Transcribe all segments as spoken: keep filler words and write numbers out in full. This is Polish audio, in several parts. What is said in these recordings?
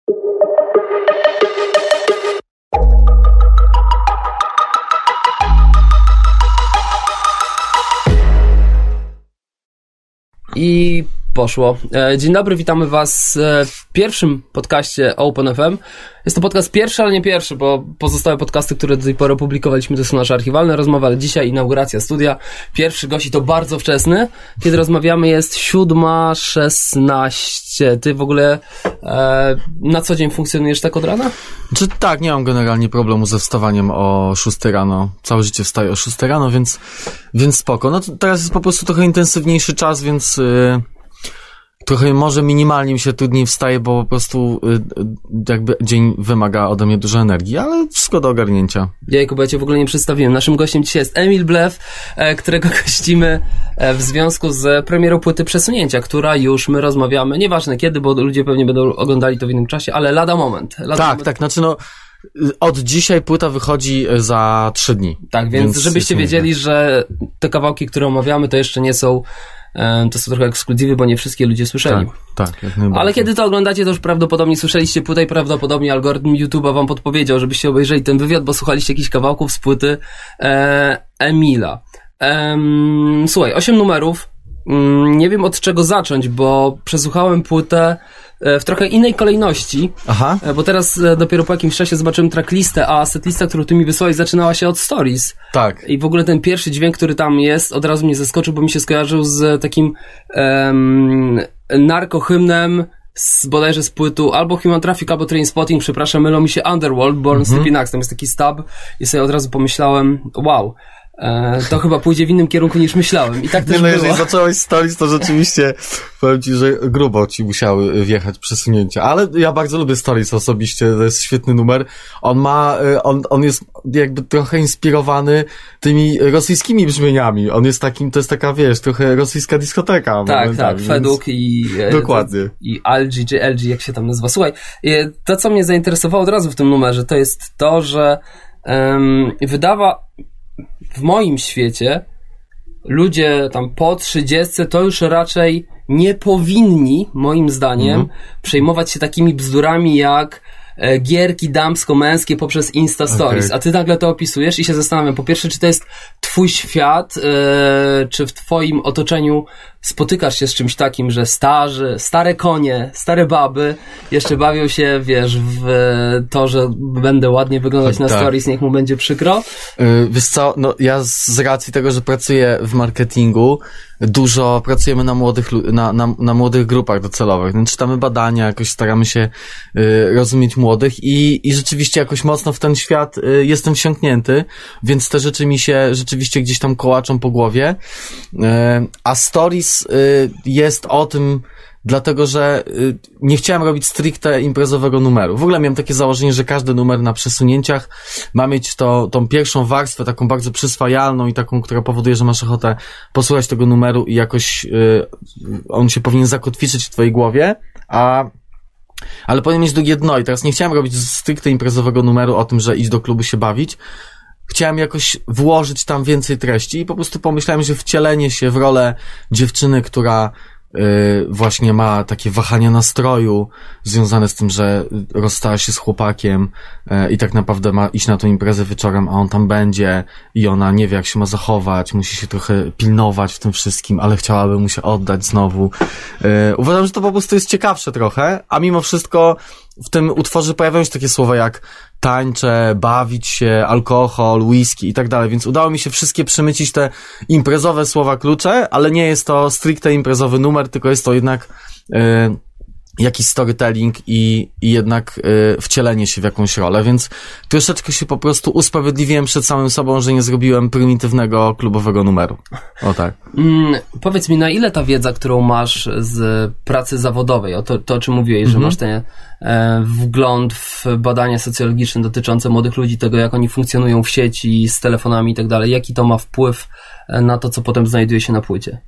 I poszło. Dzień dobry, witamy was w pierwszym podcaście Open F M. Jest to podcast pierwszy, ale nie pierwszy, bo pozostałe podcasty, które do tej pory opublikowaliśmy, to są nasze archiwalne rozmowy, ale dzisiaj inauguracja studia. Pierwszy gość i to bardzo wczesny. Kiedy rozmawiamy jest siódma szesnaście. Ty w ogóle e, na co dzień funkcjonujesz tak od rana? Czy tak, nie mam generalnie problemu ze wstawaniem o szóstej rano. Całe życie wstaję o szóstej rano, więc, więc spoko. No to teraz jest po prostu trochę intensywniejszy czas, więc... Yy... Trochę może minimalnie mi się trudniej wstaje, bo po prostu y, jakby dzień wymaga ode mnie dużo energii, ale wszystko do ogarnięcia. Jejku, bo ja cię w ogóle nie przedstawiłem. Naszym gościem dzisiaj jest Emil Blef, e, którego gościmy e, w związku z premierą płyty Przesunięcia, która już my rozmawiamy, nieważne kiedy, bo ludzie pewnie będą oglądali to w innym czasie, ale lada moment. Lada tak, moment. tak, znaczy no od dzisiaj płyta wychodzi za trzy dni. Tak, więc, więc żebyście wiedzieli, że te kawałki, które omawiamy, to jeszcze nie są to są trochę ekskluzywy, bo nie wszystkie ludzie słyszeli. Tak, tak. Jak najbardziej. Ale kiedy to oglądacie, to już prawdopodobnie słyszeliście płytę i prawdopodobnie algorytm YouTube'a wam podpowiedział, żebyście obejrzeli ten wywiad, bo słuchaliście jakichś kawałków z płyty e, Emila. E, słuchaj, osiem numerów. Nie wiem od czego zacząć, bo przesłuchałem płytę w trochę innej kolejności. Aha. Bo teraz dopiero po jakimś czasie zobaczyłem tracklistę, a setlista, którą ty mi wysłałeś, zaczynała się od Stories. Tak. I w ogóle ten pierwszy dźwięk, który tam jest, od razu mnie zaskoczył, bo mi się skojarzył z takim um, narkohymnem z, bodajże z płytu albo Human Traffic, albo Trainspotting, przepraszam, mylą mi się Underworld, Born mm-hmm. Sleeping Axe, tam jest taki stab i sobie od razu pomyślałem, wow, E, to chyba pójdzie w innym kierunku niż myślałem. I tak też nie, no, było. Jeżeli zacząłeś Stories, to rzeczywiście powiem ci, że grubo ci musiały wjechać przesunięcia. Ale ja bardzo lubię Stories osobiście, to jest świetny numer. On ma, on, on jest jakby trochę inspirowany tymi rosyjskimi brzmieniami. On jest takim, to jest taka, wiesz, trochę rosyjska dyskoteka. Tak, tak, więc... Feduk i... Dokładnie. I L G, czy L G, jak się tam nazywa. Słuchaj, to co mnie zainteresowało od razu w tym numerze, to jest to, że um, wydawa... w moim świecie ludzie tam po trzydziestce to już raczej nie powinni, moim zdaniem, mm. przejmować się takimi bzdurami jak e, gierki damsko-męskie poprzez Insta Stories. Okay. A ty nagle to opisujesz i się zastanawiam, po pierwsze, czy to jest twój świat, e, czy w twoim otoczeniu spotykasz się z czymś takim, że starzy, stare konie, stare baby jeszcze bawią się, wiesz, w to, że będę ładnie wyglądać tak, na stories, niech mu będzie przykro? Yy, wiesz co, no ja z racji tego, że pracuję w marketingu, dużo pracujemy na młodych, na, na, na młodych grupach docelowych, więc czytamy badania, jakoś staramy się y, rozumieć młodych i, i rzeczywiście jakoś mocno w ten świat y, jestem wsiąknięty, więc te rzeczy mi się rzeczywiście gdzieś tam kołaczą po głowie, y, a stories y, jest o tym, dlatego, że y, nie chciałem robić stricte imprezowego numeru. W ogóle miałem takie założenie, że każdy numer na przesunięciach ma mieć to, tą pierwszą warstwę, taką bardzo przyswajalną i taką, która powoduje, że masz ochotę posłuchać tego numeru i jakoś y, on się powinien zakotwiczyć w twojej głowie, a ale powinien mieć drugie dno i teraz nie chciałem robić stricte imprezowego numeru o tym, że iść do klubu się bawić. Chciałem jakoś włożyć tam więcej treści i po prostu pomyślałem, że wcielenie się w rolę dziewczyny, która Yy, właśnie ma takie wahania nastroju związane z tym, że rozstała się z chłopakiem yy, i tak naprawdę ma iść na tą imprezę wieczorem, a on tam będzie i ona nie wie, jak się ma zachować, musi się trochę pilnować w tym wszystkim, ale chciałaby mu się oddać znowu. Yy, uważam, że to po prostu jest ciekawsze trochę, a mimo wszystko w tym utworze pojawiają się takie słowa jak tańczę, bawić się, alkohol, whisky i tak dalej, więc udało mi się wszystkie przemycić te imprezowe słowa klucze, ale nie jest to stricte imprezowy numer, tylko jest to jednak yy, jakiś storytelling i, i jednak yy, wcielenie się w jakąś rolę, więc troszeczkę się po prostu usprawiedliwiłem przed samym sobą, że nie zrobiłem prymitywnego klubowego numeru. O tak. Mm, powiedz mi, na ile ta wiedza, którą masz z pracy zawodowej, o to, to o czym mówiłeś, mm-hmm. że masz ten e, wgląd w badania socjologiczne dotyczące młodych ludzi, tego jak oni funkcjonują w sieci, z telefonami i tak dalej, jaki to ma wpływ na to, co potem znajduje się na płycie?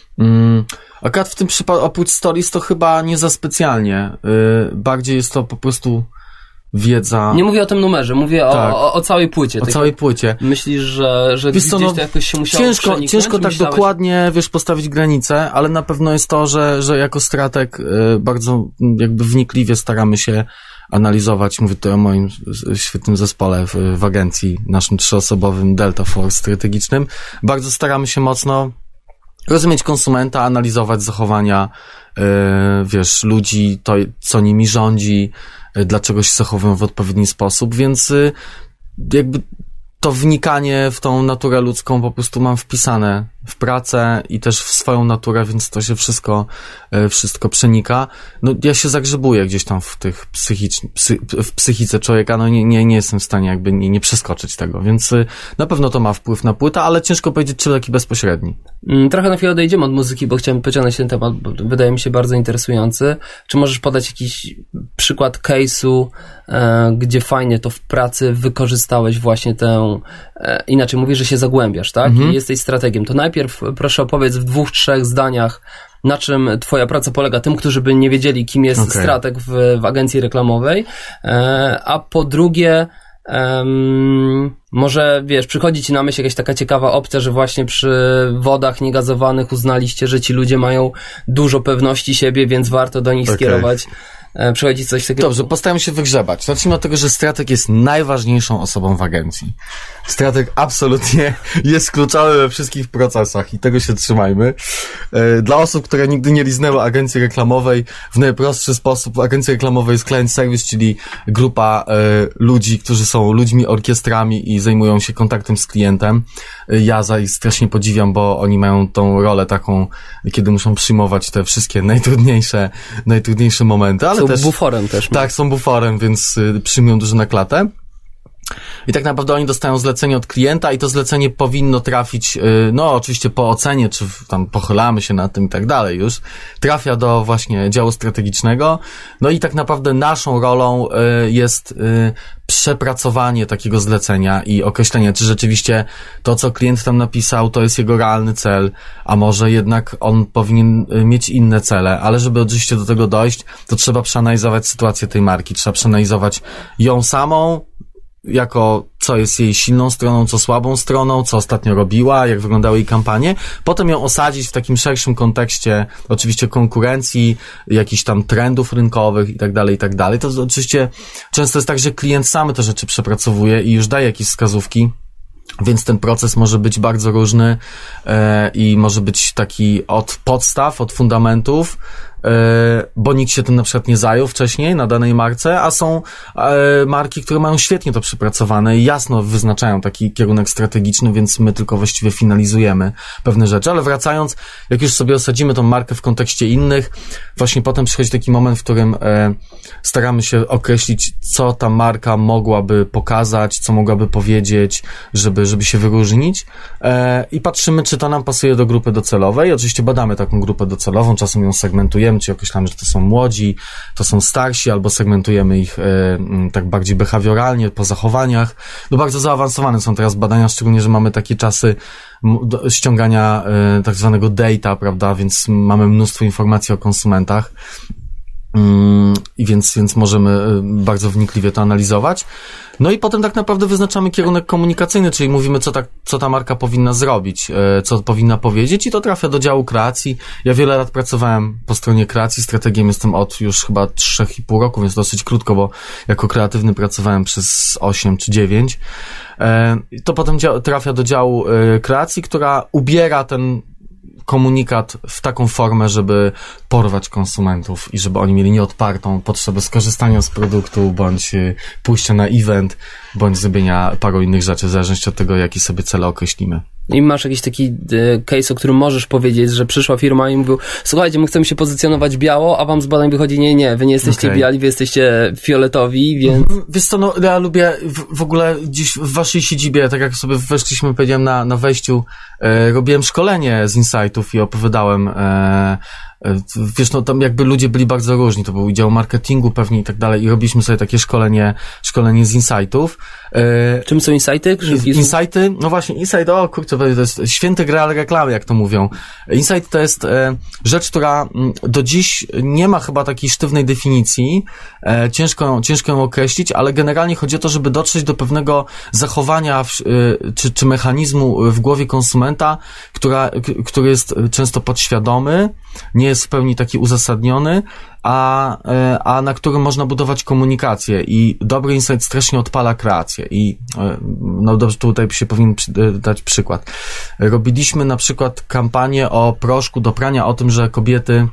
Mm, akurat w tym przypadku oprócz Stories to chyba nie za specjalnie. Yy, bardziej jest to po prostu wiedza... Nie mówię o tym numerze, mówię tak. o, o, o całej płycie. O tak całej jak płycie. Myślisz, że, że wiesz gdzieś co, no, to jakoś się musiało ciężko, przeniknąć? ciężko tak Myślałeś... dokładnie, wiesz, postawić granicę, ale na pewno jest to, że, że jako strateg y, bardzo jakby wnikliwie staramy się analizować, mówię tutaj o moim świetnym zespole w, w agencji, naszym trzyosobowym Delta Force strategicznym, bardzo staramy się mocno rozumieć konsumenta, analizować zachowania, yy, wiesz, ludzi, to, co nimi rządzi, yy, dlaczego się zachowują w odpowiedni sposób, więc yy, jakby to wnikanie w tą naturę ludzką po prostu mam wpisane w pracę i też w swoją naturę, więc to się wszystko, wszystko przenika. No, ja się zagrzebuję gdzieś tam w tych psychicz, psy, w psychice człowieka, no nie, nie, nie jestem w stanie jakby nie, nie przeskoczyć tego, więc na pewno to ma wpływ na płytę, ale ciężko powiedzieć, czy taki bezpośredni. Trochę na chwilę odejdziemy od muzyki, bo chciałem pociągnąć ten temat, bo wydaje mi się bardzo interesujący. Czy możesz podać jakiś przykład case'u, e, gdzie fajnie to w pracy wykorzystałeś właśnie tę, e, inaczej mówię, że się zagłębiasz, tak? Mhm. I jesteś strategiem. To najpierw proszę opowiedz w dwóch, trzech zdaniach, na czym twoja praca polega, tym, którzy by nie wiedzieli, kim jest okay. strateg w, w agencji reklamowej, e, a po drugie Um, może, wiesz, przychodzi ci na myśl jakaś taka ciekawa opcja, że właśnie przy wodach niegazowanych uznaliście, że ci ludzie mają dużo pewności siebie, więc warto do nich okay. skierować. E, przychodzi coś takiego. Dobrze, postaram się wygrzebać. Zacznijmy od tego, że strateg jest najważniejszą osobą w agencji. Strateg absolutnie jest kluczowy we wszystkich procesach i tego się trzymajmy. E, dla osób, które nigdy nie liznęły agencji reklamowej, w najprostszy sposób agencja reklamowa jest client service, czyli grupa e, ludzi, którzy są ludźmi orkiestrami i zajmują się kontaktem z klientem. E, ja za ich strasznie podziwiam, bo oni mają tą rolę taką, kiedy muszą przyjmować te wszystkie najtrudniejsze, najtrudniejsze momenty, ale są też, buforem też. Tak, są buforem, więc y, przyjmują dużo na klatę. I tak naprawdę oni dostają zlecenie od klienta i to zlecenie powinno trafić, y, no oczywiście po ocenie, czy tam pochylamy się nad tym i tak dalej już, trafia do właśnie działu strategicznego. No i tak naprawdę naszą rolą y, jest y, przepracowanie takiego zlecenia i określenie, czy rzeczywiście to, co klient tam napisał, to jest jego realny cel, a może jednak on powinien mieć inne cele, ale żeby oczywiście do tego dojść, to trzeba przeanalizować sytuację tej marki, trzeba przeanalizować ją samą, jako co jest jej silną stroną, co słabą stroną, co ostatnio robiła, jak wyglądały jej kampanie, potem ją osadzić w takim szerszym kontekście oczywiście konkurencji, jakichś tam trendów rynkowych i tak dalej, i tak dalej. To oczywiście często jest tak, że klient sam te rzeczy przepracowuje i już daje jakieś wskazówki, więc ten proces może być bardzo różny e, i może być taki od podstaw, od fundamentów, bo nikt się tym na przykład nie zajął wcześniej na danej marce, a są e, marki, które mają świetnie to przepracowane i jasno wyznaczają taki kierunek strategiczny, więc my tylko właściwie finalizujemy pewne rzeczy, ale wracając, jak już sobie osadzimy tą markę w kontekście innych, właśnie potem przychodzi taki moment, w którym e, staramy się określić, co ta marka mogłaby pokazać, co mogłaby powiedzieć, żeby, żeby się wyróżnić e, i patrzymy, czy to nam pasuje do grupy docelowej. Oczywiście badamy taką grupę docelową, czasem ją segmentujemy, czy określamy, że to są młodzi, to są starsi, albo segmentujemy ich e, tak bardziej behawioralnie, po zachowaniach. No bardzo zaawansowane są teraz badania, szczególnie, że mamy takie czasy do, ściągania e, tak zwanego data, prawda, więc mamy mnóstwo informacji o konsumentach. I więc, więc możemy bardzo wnikliwie to analizować. No i potem tak naprawdę wyznaczamy kierunek komunikacyjny, czyli mówimy, co ta, co ta marka powinna zrobić, co powinna powiedzieć i to trafia do działu kreacji. Ja wiele lat pracowałem po stronie kreacji, strategiem jestem od już chyba trzech i pół roku, więc dosyć krótko, bo jako kreatywny pracowałem przez osiem czy dziewięć. To potem trafia do działu kreacji, która ubiera ten komunikat w taką formę, żeby porwać konsumentów i żeby oni mieli nieodpartą potrzebę skorzystania z produktu, bądź pójścia na event, bądź zrobienia paru innych rzeczy, w zależności od tego, jaki sobie cele określimy. I masz jakiś taki y, case, o którym możesz powiedzieć, że przyszła firma i mówił, słuchajcie, my chcemy się pozycjonować biało, a wam z badań wychodzi, nie, nie, wy nie jesteście okay. biali, wy jesteście fioletowi, więc... Wiesz co, no ja lubię w, w ogóle dziś w waszej siedzibie, tak jak sobie weszliśmy, powiedziałem na, na wejściu, e, robiłem szkolenie z insightów i opowiadałem e, wiesz, no tam jakby ludzie byli bardzo różni, to był dział marketingu pewnie i tak dalej i robiliśmy sobie takie szkolenie, szkolenie z insightów. Czym są insighty? Insighty, no właśnie, insight, o kurczę, to jest święty graal reklamy, jak to mówią. Insight to jest rzecz, która do dziś nie ma chyba takiej sztywnej definicji, ciężko, ciężko ją określić, ale generalnie chodzi o to, żeby dotrzeć do pewnego zachowania w, czy, czy mechanizmu w głowie konsumenta, która, który jest często podświadomy, nie jest w pełni taki uzasadniony, a, a na którym można budować komunikację i dobry insight strasznie odpala kreację i no dobrze, tutaj się powinien dać przykład. Robiliśmy na przykład kampanię o proszku do prania, o tym, że kobiety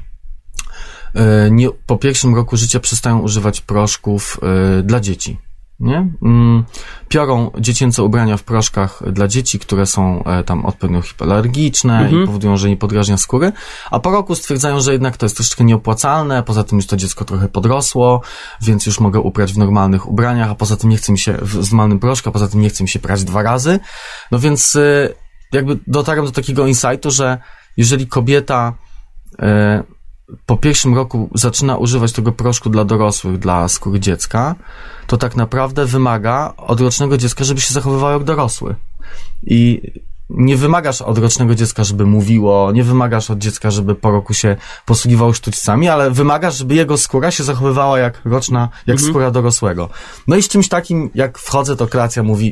nie, po pierwszym roku życia przestają używać proszków dla dzieci. Nie? Piorą dziecięce ubrania w proszkach dla dzieci, które są tam odpowiednio hipoalergiczne mhm. i powodują, że nie poddrażnia skóry, a po roku stwierdzają, że jednak to jest troszeczkę nieopłacalne, poza tym już to dziecko trochę podrosło, więc już mogę uprać w normalnych ubraniach, a poza tym nie chce mi się w normalnym proszku, a poza tym nie chce mi się prać dwa razy. No więc jakby dotarłem do takiego insightu, że jeżeli kobieta po pierwszym roku zaczyna używać tego proszku dla dorosłych, dla skóry dziecka, to tak naprawdę wymaga od rocznego dziecka, żeby się zachowywało jak dorosły. I nie wymagasz od rocznego dziecka, żeby mówiło, nie wymagasz od dziecka, żeby po roku się posługiwało sztućcami, ale wymagasz, żeby jego skóra się zachowywała jak roczna, jak mhm. skóra dorosłego. No i z czymś takim, jak wchodzę, to kreacja mówi: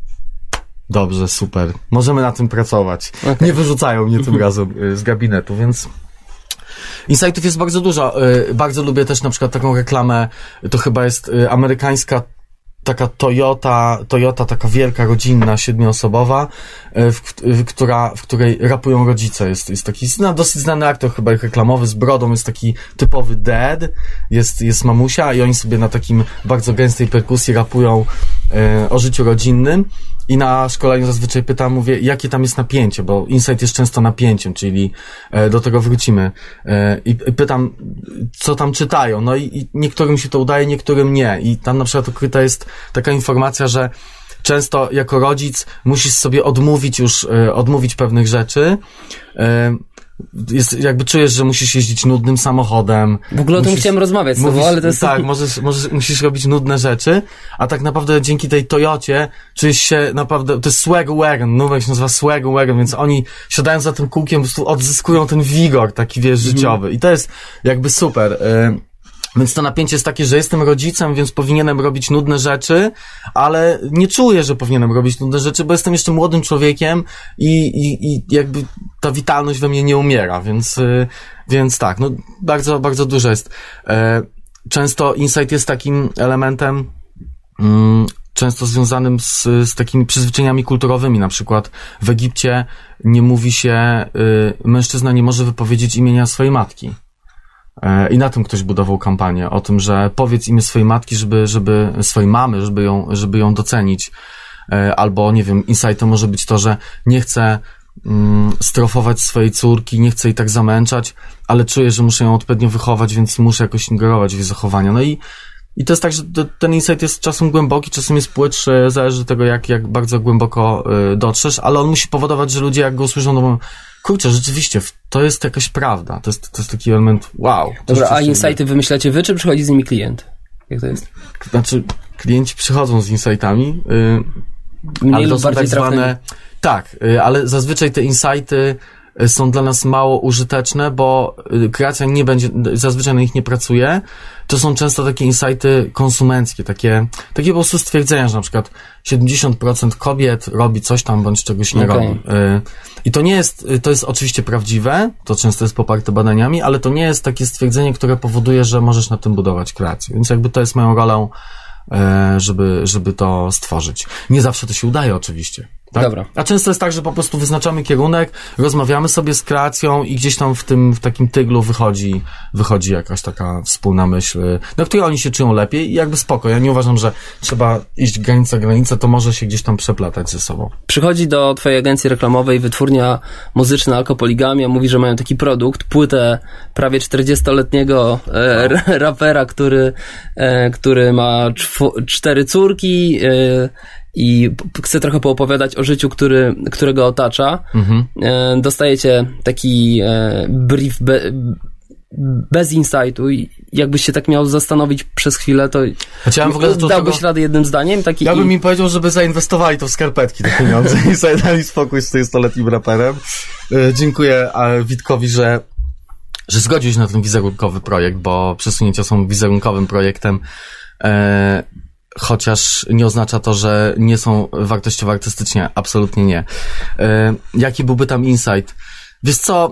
dobrze, super, możemy na tym pracować. Okay. Nie wyrzucają mnie tym razem z gabinetu, więc insightów jest bardzo dużo. Bardzo lubię też na przykład taką reklamę, to chyba jest amerykańska taka Toyota, Toyota taka wielka, rodzinna, siedmioosobowa, w, w, która, w której rapują rodzice. Jest, jest taki zna, dosyć znany aktor, chyba ich reklamowy, z brodą, jest taki typowy dad, jest, jest mamusia i oni sobie na takim bardzo gęstej perkusji rapują e, o życiu rodzinnym. I na szkoleniu zazwyczaj pytam, mówię, jakie tam jest napięcie, bo insight jest często napięciem, czyli e, do tego wrócimy. E, I pytam, co tam czytają. No i, i niektórym się to udaje, niektórym nie. I tam na przykład ukryta jest taka informacja, że często jako rodzic musisz sobie odmówić już, e, odmówić pewnych rzeczy. E, Jest, jakby czujesz, że musisz jeździć nudnym samochodem. W ogóle o tym chciałem rozmawiać z tobą, ale to jest... Tak, możesz, możesz, musisz robić nudne rzeczy, a tak naprawdę dzięki tej Toyocie czujesz się naprawdę, to jest swag wagon, nowek się nazywa swag wagon, więc oni siadają za tym kółkiem, po prostu odzyskują ten wigor taki, wiesz, życiowy. I to jest jakby super. Y Więc to napięcie jest takie, że jestem rodzicem, więc powinienem robić nudne rzeczy, ale nie czuję, że powinienem robić nudne rzeczy, bo jestem jeszcze młodym człowiekiem i, i, i jakby ta witalność we mnie nie umiera, więc, yy, więc tak, no bardzo, bardzo dużo jest. Yy, często insight jest takim elementem, yy, często związanym z, z takimi przyzwyczajeniami kulturowymi, na przykład w Egipcie nie mówi się, yy, mężczyzna nie może wypowiedzieć imienia swojej matki. I na tym ktoś budował kampanię, o tym, że powiedz imię swojej matki, żeby, żeby swojej mamy, żeby ją, żeby ją docenić. Albo, nie wiem, insightem może być to, że nie chcę mm, strofować swojej córki, nie chcę jej tak zamęczać, ale czuję, że muszę ją odpowiednio wychować, więc muszę jakoś ingerować w jej zachowania. No i, i to jest tak, że ten insight jest czasem głęboki, czasem jest płytszy, zależy od tego, jak, jak bardzo głęboko y, dotrzesz, ale on musi powodować, że ludzie jak go usłyszą, no bo kurczę, rzeczywiście, to jest jakaś prawda. To jest, to jest taki element, wow. Dobra, a insighty wymyślacie wy, czy przychodzi z nimi klient? Jak to jest? Znaczy, klienci przychodzą z insightami, yy, ale to są tak zwane... Tak, yy, ale zazwyczaj te insighty są dla nas mało użyteczne, bo kreacja nie będzie, zazwyczaj na nich nie pracuje. To są często takie insighty konsumenckie, takie, takie po prostu stwierdzenia, że na przykład siedemdziesiąt procent kobiet robi coś tam, bądź czegoś nie okay. robi. I to nie jest, to jest oczywiście prawdziwe, to często jest poparte badaniami, ale to nie jest takie stwierdzenie, które powoduje, że możesz na tym budować kreację. Więc jakby to jest moją rolą, żeby, żeby to stworzyć. Nie zawsze to się udaje oczywiście. Tak? Dobra. A często jest tak, że po prostu wyznaczamy kierunek, rozmawiamy sobie z kreacją i gdzieś tam w tym, w takim tyglu wychodzi, wychodzi jakaś taka wspólna myśl, na której oni się czują lepiej i jakby spoko. Ja nie uważam, że trzeba iść granica, granica, to może się gdzieś tam przeplatać ze sobą. Przychodzi do twojej agencji reklamowej wytwórnia muzyczna Alkopoligamia, mówi, że mają taki produkt, płytę prawie czterdziestoletniego e, rapera, który, e, który ma czw- cztery córki, e, i chcę trochę poopowiadać o życiu, który, którego otacza. Mhm. Dostajecie taki brief, be, bez insightu i jakbyś się tak miał zastanowić przez chwilę, to Chciałem w ogóle dałbyś tego... radę jednym zdaniem? Taki ja bym i... im powiedział, żeby zainwestowali to w skarpetki te pieniądze i sobie dali spokój z trzydziestoletnim raperem. E, dziękuję Witkowi, że że zgodził się na ten wizerunkowy projekt, bo przesunięcia są wizerunkowym projektem, e, chociaż nie oznacza to, że nie są wartościowe artystycznie. Absolutnie nie. E, jaki byłby tam insight? Wiesz co,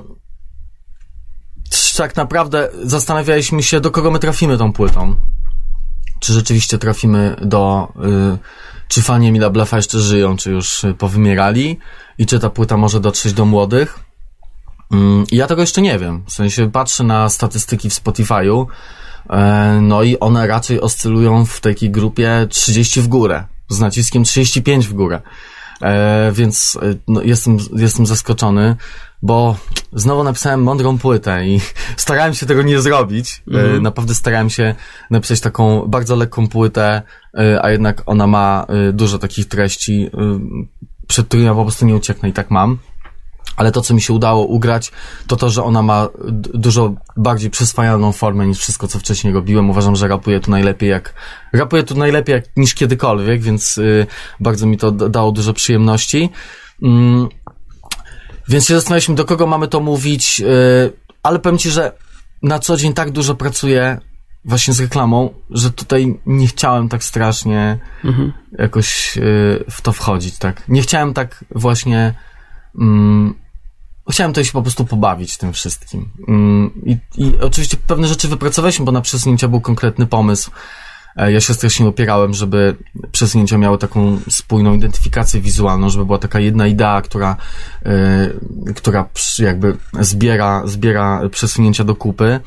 tak naprawdę zastanawialiśmy się, do kogo my trafimy tą płytą. Czy rzeczywiście trafimy do... Y, czy fani Emila Blefa jeszcze żyją, czy już powymierali i czy ta płyta może dotrzeć do młodych. Y, ja tego jeszcze nie wiem. W sensie patrzę na statystyki w Spotify'u, y, no i one raczej oscylują w takiej grupie trzydzieści w górę, z naciskiem trzydzieści pięć w górę. E, więc no, jestem, jestem zaskoczony, bo znowu napisałem mądrą płytę i starałem się tego nie zrobić. Mm. E, naprawdę starałem się napisać taką bardzo lekką płytę, e, a jednak ona ma e, dużo takich treści, e, przed którymi ja po prostu nie ucieknę i tak mam. Ale to, co mi się udało ugrać, to to, że ona ma d- dużo bardziej przyswajalną formę niż wszystko, co wcześniej robiłem. Uważam, że rapuję tu najlepiej jak, rapuję tu najlepiej jak, niż kiedykolwiek, więc y, bardzo mi to d- dało dużo przyjemności. Mm, więc się zastanawialiśmy, do kogo mamy to mówić, y, ale powiem ci, że na co dzień tak dużo pracuję właśnie z reklamą, że tutaj nie chciałem tak strasznie mhm. jakoś y, w to wchodzić, tak. Nie chciałem tak właśnie mm, chciałem to się po prostu pobawić tym wszystkim. I, I oczywiście pewne rzeczy wypracowaliśmy, bo na przesunięcia był konkretny pomysł. Ja się strasznie opierałem, żeby przesunięcia miały taką spójną identyfikację wizualną, żeby była taka jedna idea, która, yy, która jakby zbiera, zbiera przesunięcia do kupy.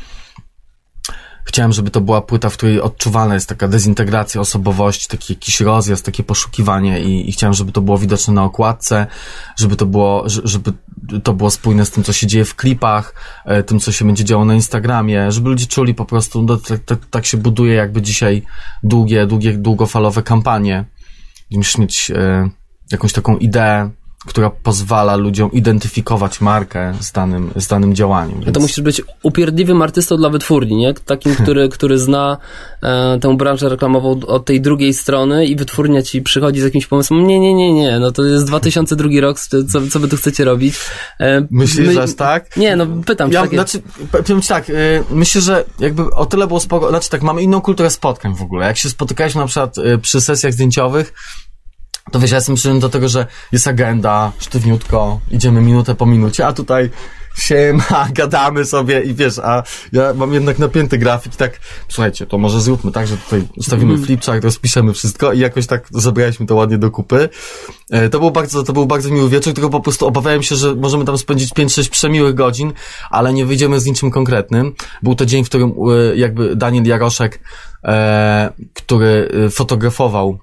Chciałem, żeby to była płyta, w której odczuwalna jest taka dezintegracja osobowości, taki jakiś rozjazd, takie poszukiwanie i, i chciałem, żeby to było widoczne na okładce, żeby to było, żeby to było spójne z tym, co się dzieje w klipach, tym, co się będzie działo na Instagramie, żeby ludzie czuli po prostu, no, tak, tak, tak się buduje jakby dzisiaj długie, długie, długofalowe kampanie. Musisz mieć e, jakąś taką ideę, która pozwala ludziom identyfikować markę z danym, z danym działaniem. Więc... To musisz być upierdliwym artystą dla wytwórni, nie? Takim, który, który zna e, tę branżę reklamową od tej drugiej strony i wytwórnia ci przychodzi z jakimś pomysłem, nie, nie, nie, nie, no to jest dwa tysiące drugi rok, co, co wy tu chcecie robić? E, Myślisz, my... że aż tak? Nie, no pytam. Ja, takie... Znaczy, powiem ci tak, y, myślę, że jakby o tyle było spoko, znaczy tak, mamy inną kulturę spotkań w ogóle. Jak się spotykaliśmy na przykład y, przy sesjach zdjęciowych, to wiesz, ja jestem przyjemny do tego, że jest agenda, sztywniutko, idziemy minutę po minucie, a tutaj siema, gadamy sobie i wiesz, a ja mam jednak napięty grafik i tak, słuchajcie, to może zróbmy tak, że tutaj ustawimy mm. flipchart, rozpiszemy wszystko i jakoś tak zabraliśmy to ładnie do kupy. E, to był bardzo, to był bardzo miły wieczór, tylko po prostu obawiałem się, że możemy tam spędzić pięć sześć przemiłych godzin, ale nie wyjdziemy z niczym konkretnym. Był to dzień, w którym e, jakby Daniel Jaroszek, e, który fotografował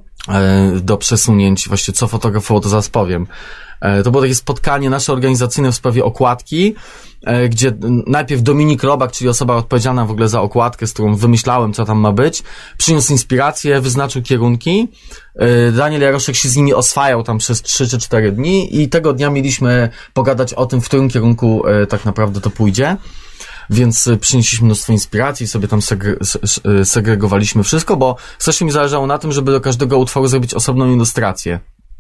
do przesunięć, właśnie co fotografował, to zaraz powiem. To było takie spotkanie nasze organizacyjne w sprawie okładki, gdzie najpierw Dominik Robak, czyli osoba odpowiedzialna w ogóle za okładkę, z którą wymyślałem, co tam ma być, przyniósł inspirację, wyznaczył kierunki. Daniel Jaroszek się z nimi oswajał tam przez trzy czy cztery dni i tego dnia mieliśmy pogadać o tym, w którym kierunku tak naprawdę to pójdzie. Więc przynieśliśmy mnóstwo inspiracji i sobie tam segre- segregowaliśmy wszystko, bo strasznie mi zależało na tym, żeby do każdego utworu zrobić osobną ilustrację.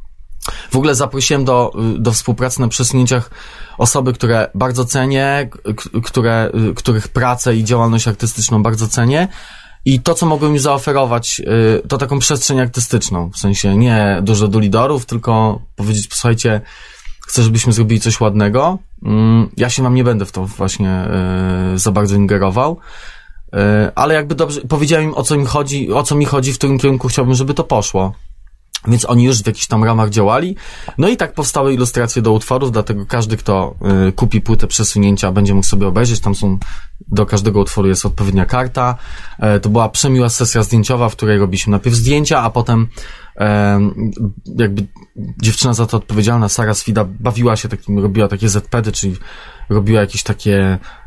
W ogóle zaprosiłem do, do współpracy na przesunięciach osoby, które bardzo cenię, które, których pracę i działalność artystyczną bardzo cenię. I to, co mogłem im zaoferować, to taką przestrzeń artystyczną. W sensie nie dużo dulidorów, tylko powiedzieć, posłuchajcie, chcę, żebyśmy zrobili coś ładnego. Ja się wam nie będę w to właśnie yy, za bardzo ingerował, yy, ale jakby dobrze, powiedziałem im, o co im chodzi, o co mi chodzi, w którym kierunku chciałbym, żeby to poszło. Więc oni już w jakichś tam ramach działali. No i tak powstały ilustracje do utworów, dlatego każdy, kto y, kupi płytę przesunięcia, będzie mógł sobie obejrzeć. Tam są, do każdego utworu jest odpowiednia karta. E, to była przemiła sesja zdjęciowa, w której robiliśmy najpierw zdjęcia, a potem e, jakby dziewczyna za to odpowiedzialna, Sara Swida, bawiła się takim, robiła takie zet pe dy, czyli robiła jakieś takie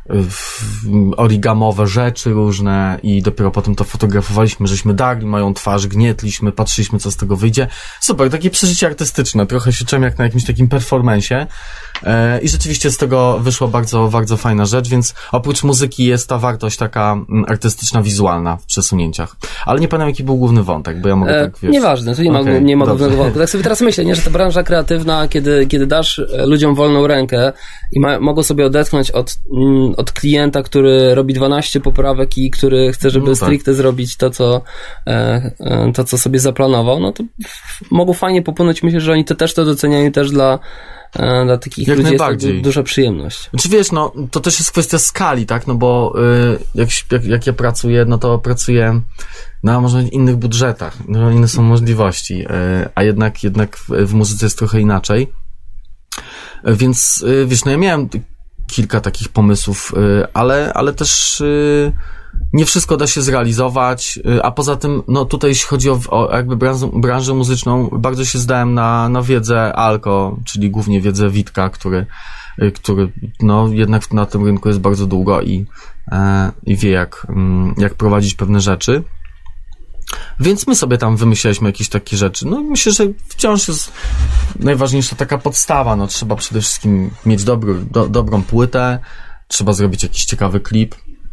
origamowe rzeczy różne i dopiero potem to fotografowaliśmy, żeśmy dali moją twarz, gnietliśmy, patrzyliśmy, co z tego wyjdzie. Super, takie przeżycie artystyczne, trochę się czułem jak na jakimś takim performance'ie e, i rzeczywiście z tego wyszła bardzo, bardzo fajna rzecz, więc oprócz muzyki jest ta wartość taka artystyczna, wizualna w przesunięciach. Ale nie pamiętam, jaki był główny wątek, bo ja mogę e, tak, wiesz... Nieważne, tu nie ma, okay, nie ma głównego wątku. Tak sobie teraz myślę, nie, że ta branża kreatywna, kiedy, kiedy dasz ludziom wolną rękę i ma, mogą sobie odetchnąć od od klienta, który robi dwanaście poprawek i który chce, żeby no tak. stricte zrobić to co, to, co sobie zaplanował, no to mogą fajnie popłynąć. Myślę, że oni to też to doceniają, też dla, dla takich jak ludzi jest to duża przyjemność. Znaczy wiesz, no to też jest kwestia skali, tak, no bo y, jak, jak, jak ja pracuję, no to pracuję na może innych budżetach, no, inne są możliwości, y, a jednak, jednak w, w muzyce jest trochę inaczej. Y, więc y, wiesz, no ja miałem kilka takich pomysłów, ale, ale też nie wszystko da się zrealizować, a poza tym, no tutaj jeśli chodzi o, o jakby branżę, branżę muzyczną, bardzo się zdałem na, na wiedzę Alko, czyli głównie wiedzę Witka, który, który no jednak na tym rynku jest bardzo długo i, i wie jak, jak prowadzić pewne rzeczy. Więc my sobie tam wymyślaliśmy jakieś takie rzeczy. No myślę, że wciąż jest najważniejsza taka podstawa. No trzeba przede wszystkim mieć dobry, do, dobrą płytę, trzeba zrobić jakiś ciekawy klip,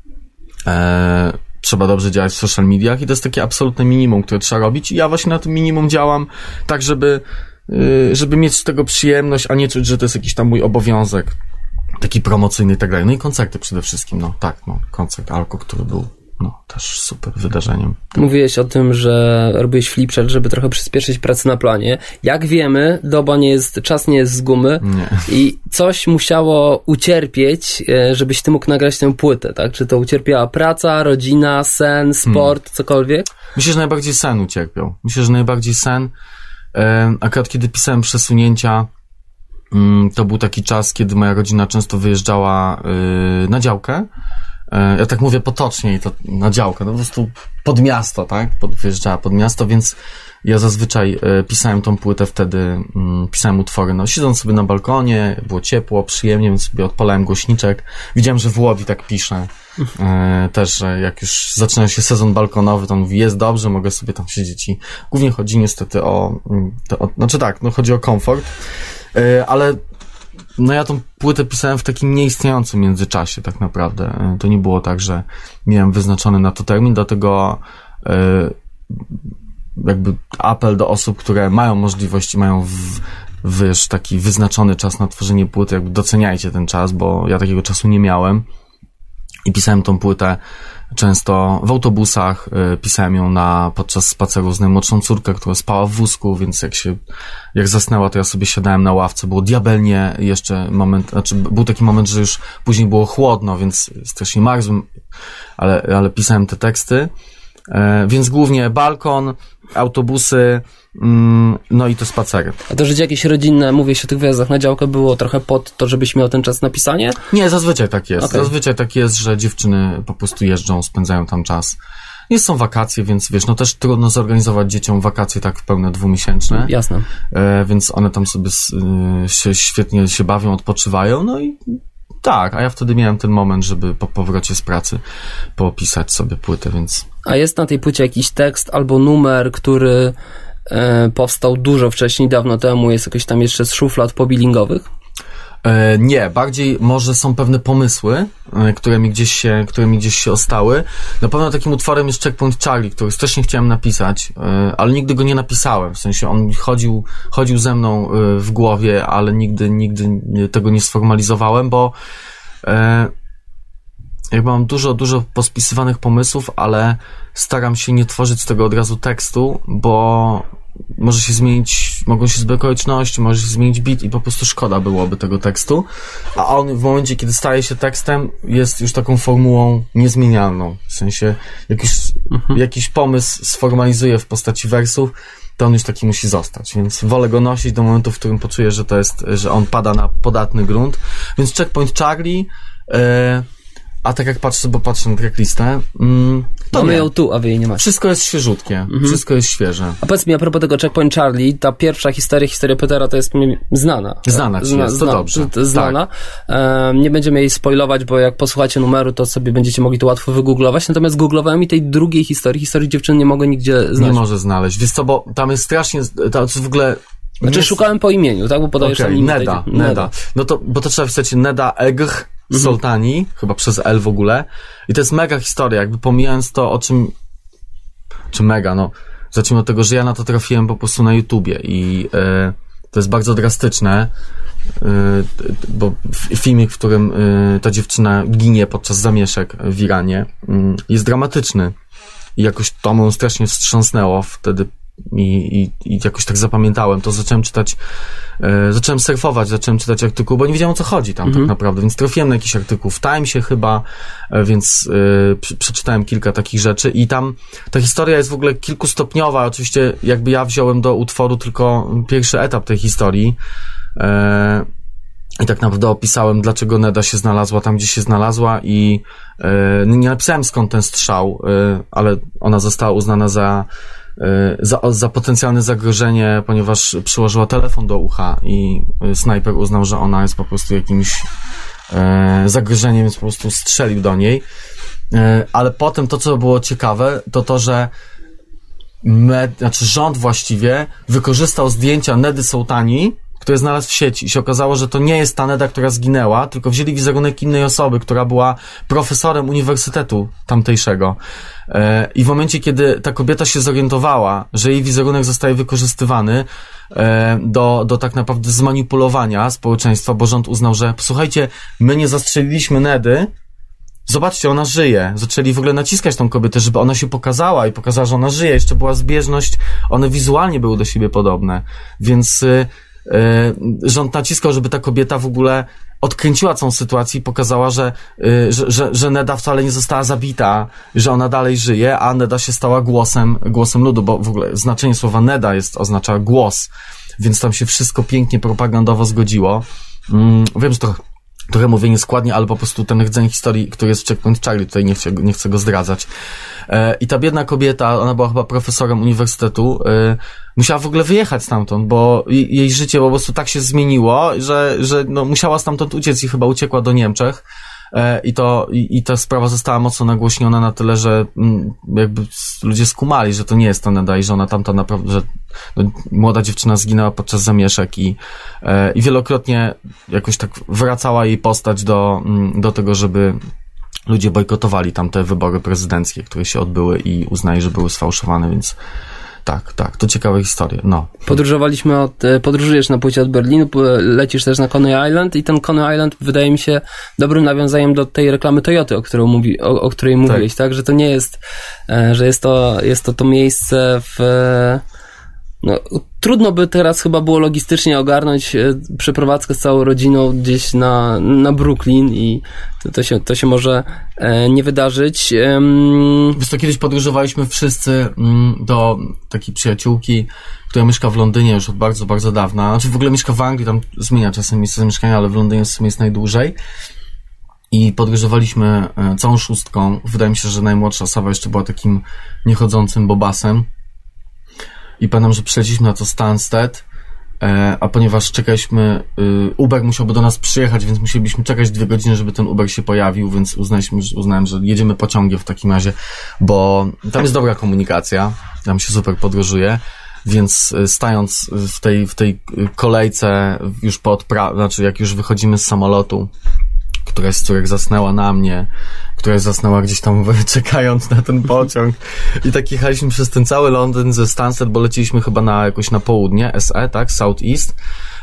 e, trzeba dobrze działać w social mediach i to jest takie absolutne minimum, które trzeba robić i ja właśnie na tym minimum działam tak, żeby, y, żeby mieć z tego przyjemność, a nie czuć, że to jest jakiś tam mój obowiązek taki promocyjny i tak dalej. No i koncerty przede wszystkim, no tak, no koncert Alko, który był no, też super wydarzeniem. Mówiłeś o tym, że robiłeś flipchart, żeby trochę przyspieszyć pracę na planie. Jak wiemy, doba nie jest, czas nie jest z gumy nie. I coś musiało ucierpieć, żebyś ty mógł nagrać tę płytę, tak? Czy to ucierpiała praca, rodzina, sen, sport, hmm. cokolwiek? Myślę, że najbardziej sen ucierpiał. Myślę, że najbardziej sen. Akurat kiedy pisałem przesunięcia, to był taki czas, kiedy moja rodzina często wyjeżdżała na działkę. Ja tak mówię potocznie i to na działkę, no po prostu pod miasto, tak? Pod, wyjeżdżała pod miasto, więc ja zazwyczaj e, pisałem tą płytę wtedy, mm, pisałem utwory, no siedząc sobie na balkonie, było ciepło, przyjemnie, więc sobie odpalałem głośniczek. Widziałem, że w Łodzi tak pisze e, też, że jak już zaczyna się sezon balkonowy, to on mówi, jest dobrze, mogę sobie tam siedzieć i głównie chodzi niestety o, to, o znaczy tak, no chodzi o komfort, e, ale no ja tą płytę pisałem w takim nieistniejącym międzyczasie tak naprawdę. To nie było tak, że miałem wyznaczony na to termin, dlatego yy, jakby apel do osób, które mają możliwości, mają w, wiesz, taki wyznaczony czas na tworzenie płyty, jakby doceniajcie ten czas, bo ja takiego czasu nie miałem i pisałem tą płytę często w autobusach, y, pisałem ją na, podczas spaceru z najmłodszą córkę, która spała w wózku, więc jak się, jak zasnęła, to ja sobie siadałem na ławce, było diabelnie jeszcze moment, znaczy był taki moment, że już później było chłodno, więc strasznie marzłem, ale, ale pisałem te teksty, y, więc głównie balkon, autobusy, no i to spacery. A to życie jakieś rodzinne, mówię się o tych wyjazdach na działkę, było trochę pod to, żebyś miał ten czas na pisanie? Nie, zazwyczaj tak jest. Okay. Zazwyczaj tak jest, że dziewczyny po prostu jeżdżą, spędzają tam czas. Nie są wakacje, więc wiesz, no też trudno zorganizować dzieciom wakacje tak pełne dwumiesięczne. Jasne. E, więc one tam sobie y, się świetnie się bawią, odpoczywają, no i tak, a ja wtedy miałem ten moment, żeby po powrocie z pracy popisać sobie płytę, więc... A jest na tej płycie jakiś tekst albo numer, który e, powstał dużo wcześniej, dawno temu, jest jakoś tam jeszcze z szuflad pobilingowych? E, nie, bardziej może są pewne pomysły, e, które mi gdzieś się, które mi gdzieś się ostały. Na pewno takim utworem jest Checkpoint Charlie, który strasznie chciałem napisać, e, ale nigdy go nie napisałem, w sensie on chodził, chodził ze mną e, w głowie, ale nigdy, nigdy tego nie sformalizowałem, bo e, jakby mam dużo, dużo pospisywanych pomysłów, ale staram się nie tworzyć z tego od razu tekstu, bo może się zmienić, mogą się zmienić okoliczności, może się zmienić beat i po prostu szkoda byłoby tego tekstu, a on w momencie, kiedy staje się tekstem, jest już taką formułą niezmienialną, w sensie jak już mhm. jakiś pomysł sformalizuję w postaci wersów, to on już taki musi zostać, więc wolę go nosić do momentu, w którym poczuję, że to jest, że on pada na podatny grunt, więc Checkpoint Charlie, yy, a tak jak patrzę, bo patrzę na tracklistę, mm, To Mamy nie. ją tu, a wy jej nie macie. Wszystko jest świeżutkie, mhm. wszystko jest świeże. A powiedz mi, a propos tego Checkpoint Charlie, ta pierwsza historia, historia Petera, to jest mi znana. Znana ci Zna, jest, to zna, dobrze. To znana. Tak. E, nie będziemy jej spoilować, bo jak posłuchacie numeru, to sobie będziecie mogli to łatwo wygooglować. Natomiast googlowałem i tej drugiej historii, historii dziewczyny nie mogę nigdzie znaleźć. Nie może znaleźć. Wiesz co, bo tam jest strasznie, to jest w ogóle... Znaczy jest... szukałem po imieniu, tak? Bo podajesz okay, tam imię. Neda, tej... Neda, Neda. No to, bo to trzeba wpisać Neda Egr Soltani, mhm. chyba przez L w ogóle. I to jest mega historia, jakby pomijając to, o czym... Czy mega, no. Zacznijmy od tego, że ja na to trafiłem po prostu na YouTubie i yy, to jest bardzo drastyczne, yy, bo filmik, w którym yy, ta dziewczyna ginie podczas zamieszek w Iranie, yy, jest dramatyczny. I jakoś to mnie strasznie wstrząsnęło wtedy i, i, i jakoś tak zapamiętałem to. Zacząłem czytać, e, zacząłem surfować, zacząłem czytać artykuł, bo nie wiedziałem, o co chodzi tam mhm. tak naprawdę, więc trafiłem na jakiś artykuł w Timesie chyba, e, więc e, przy, przeczytałem kilka takich rzeczy i tam ta historia jest w ogóle kilkustopniowa. Oczywiście jakby ja wziąłem do utworu tylko pierwszy etap tej historii, e, i tak naprawdę opisałem, dlaczego Neda się znalazła tam, gdzie się znalazła i e, nie napisałem, skąd ten strzał, e, ale ona została uznana za, e, za, za potencjalne zagrożenie, ponieważ przyłożyła telefon do ucha i e, snajper uznał, że ona jest po prostu jakimś e, zagrożeniem, więc po prostu strzelił do niej. E, ale potem to, co było ciekawe, to to, że med, znaczy rząd właściwie wykorzystał zdjęcia Nedy Soltani, które znalazł w sieci i się okazało, że to nie jest ta Neda, która zginęła, tylko wzięli wizerunek innej osoby, która była profesorem uniwersytetu tamtejszego. E, I w momencie, kiedy ta kobieta się zorientowała, że jej wizerunek zostaje wykorzystywany e, do, do tak naprawdę zmanipulowania społeczeństwa, bo rząd uznał, że posłuchajcie, my nie zastrzeliliśmy Nedy, zobaczcie, ona żyje. Zaczęli w ogóle naciskać tą kobietę, żeby ona się pokazała i pokazała, że ona żyje. Jeszcze była zbieżność, one wizualnie były do siebie podobne. Więc y, y, rząd naciskał, żeby ta kobieta w ogóle odkręciła całą sytuację i pokazała, że, y, że, że, że Neda wcale nie została zabita, że ona dalej żyje, a Neda się stała głosem, głosem ludu, bo w ogóle znaczenie słowa Neda jest, oznacza głos, więc tam się wszystko pięknie propagandowo zgodziło. Mm, wiem, że to trochę mówię nieskładnie, ale po prostu ten rdzeń historii, który jest w Checkpoint Charlie, tutaj nie chcę, nie chcę go zdradzać. E, I ta biedna kobieta, ona była chyba profesorem uniwersytetu, e, musiała w ogóle wyjechać stamtąd, bo jej życie po prostu tak się zmieniło, że, że no, musiała stamtąd uciec i chyba uciekła do Niemczech. E, I to, i, i ta sprawa została mocno nagłośniona na tyle, że m, jakby ludzie skumali, że to nie jest ta Neda i że ona tamta naprawdę, że no, młoda dziewczyna zginęła podczas zamieszek i, e, i wielokrotnie jakoś tak wracała jej postać do, do tego, żeby ludzie bojkotowali tamte wybory prezydenckie, które się odbyły i uznali, że były sfałszowane, więc tak, tak, to ciekawe historie, no. Podróżowaliśmy od, podróżujesz na płycie od Berlinu, lecisz też na Coney Island i ten Coney Island wydaje mi się dobrym nawiązaniem do tej reklamy Toyoty, o, którą mówi, o, o której mówiłeś, tak. tak? Że to nie jest, że jest to, jest to to miejsce w... No, trudno by teraz chyba było logistycznie ogarnąć przeprowadzkę z całą rodziną gdzieś na, na Brooklyn i to, to, się, to się może e, nie wydarzyć. Um... Wiesz co, kiedyś podróżowaliśmy wszyscy mm, do takiej przyjaciółki, która mieszka w Londynie już od bardzo, bardzo dawna. Znaczy w ogóle mieszka w Anglii, tam zmienia czasem miejsce zamieszkania, ale w Londynie w sumie jest najdłużej. I podróżowaliśmy e, całą szóstką. Wydaje mi się, że najmłodsza osoba jeszcze była takim niechodzącym bobasem. I pamiętam, że przyleciliśmy na to Stansted, e, a ponieważ czekaliśmy, y, Uber musiałby do nas przyjechać, więc musielibyśmy czekać dwie godziny, żeby ten Uber się pojawił, więc uznaliśmy, uznałem, że jedziemy pociągiem w takim razie, bo tam jest dobra komunikacja, tam się super podróżuje, więc stając w tej, w tej kolejce już po odprawie, znaczy jak już wychodzimy z samolotu, któraś z córek zasnęła na mnie, która zasnęła gdzieś tam czekając na ten pociąg i tak jechaliśmy przez ten cały Londyn ze Stansted, bo leciliśmy chyba na jakoś na południe, S E, tak, South East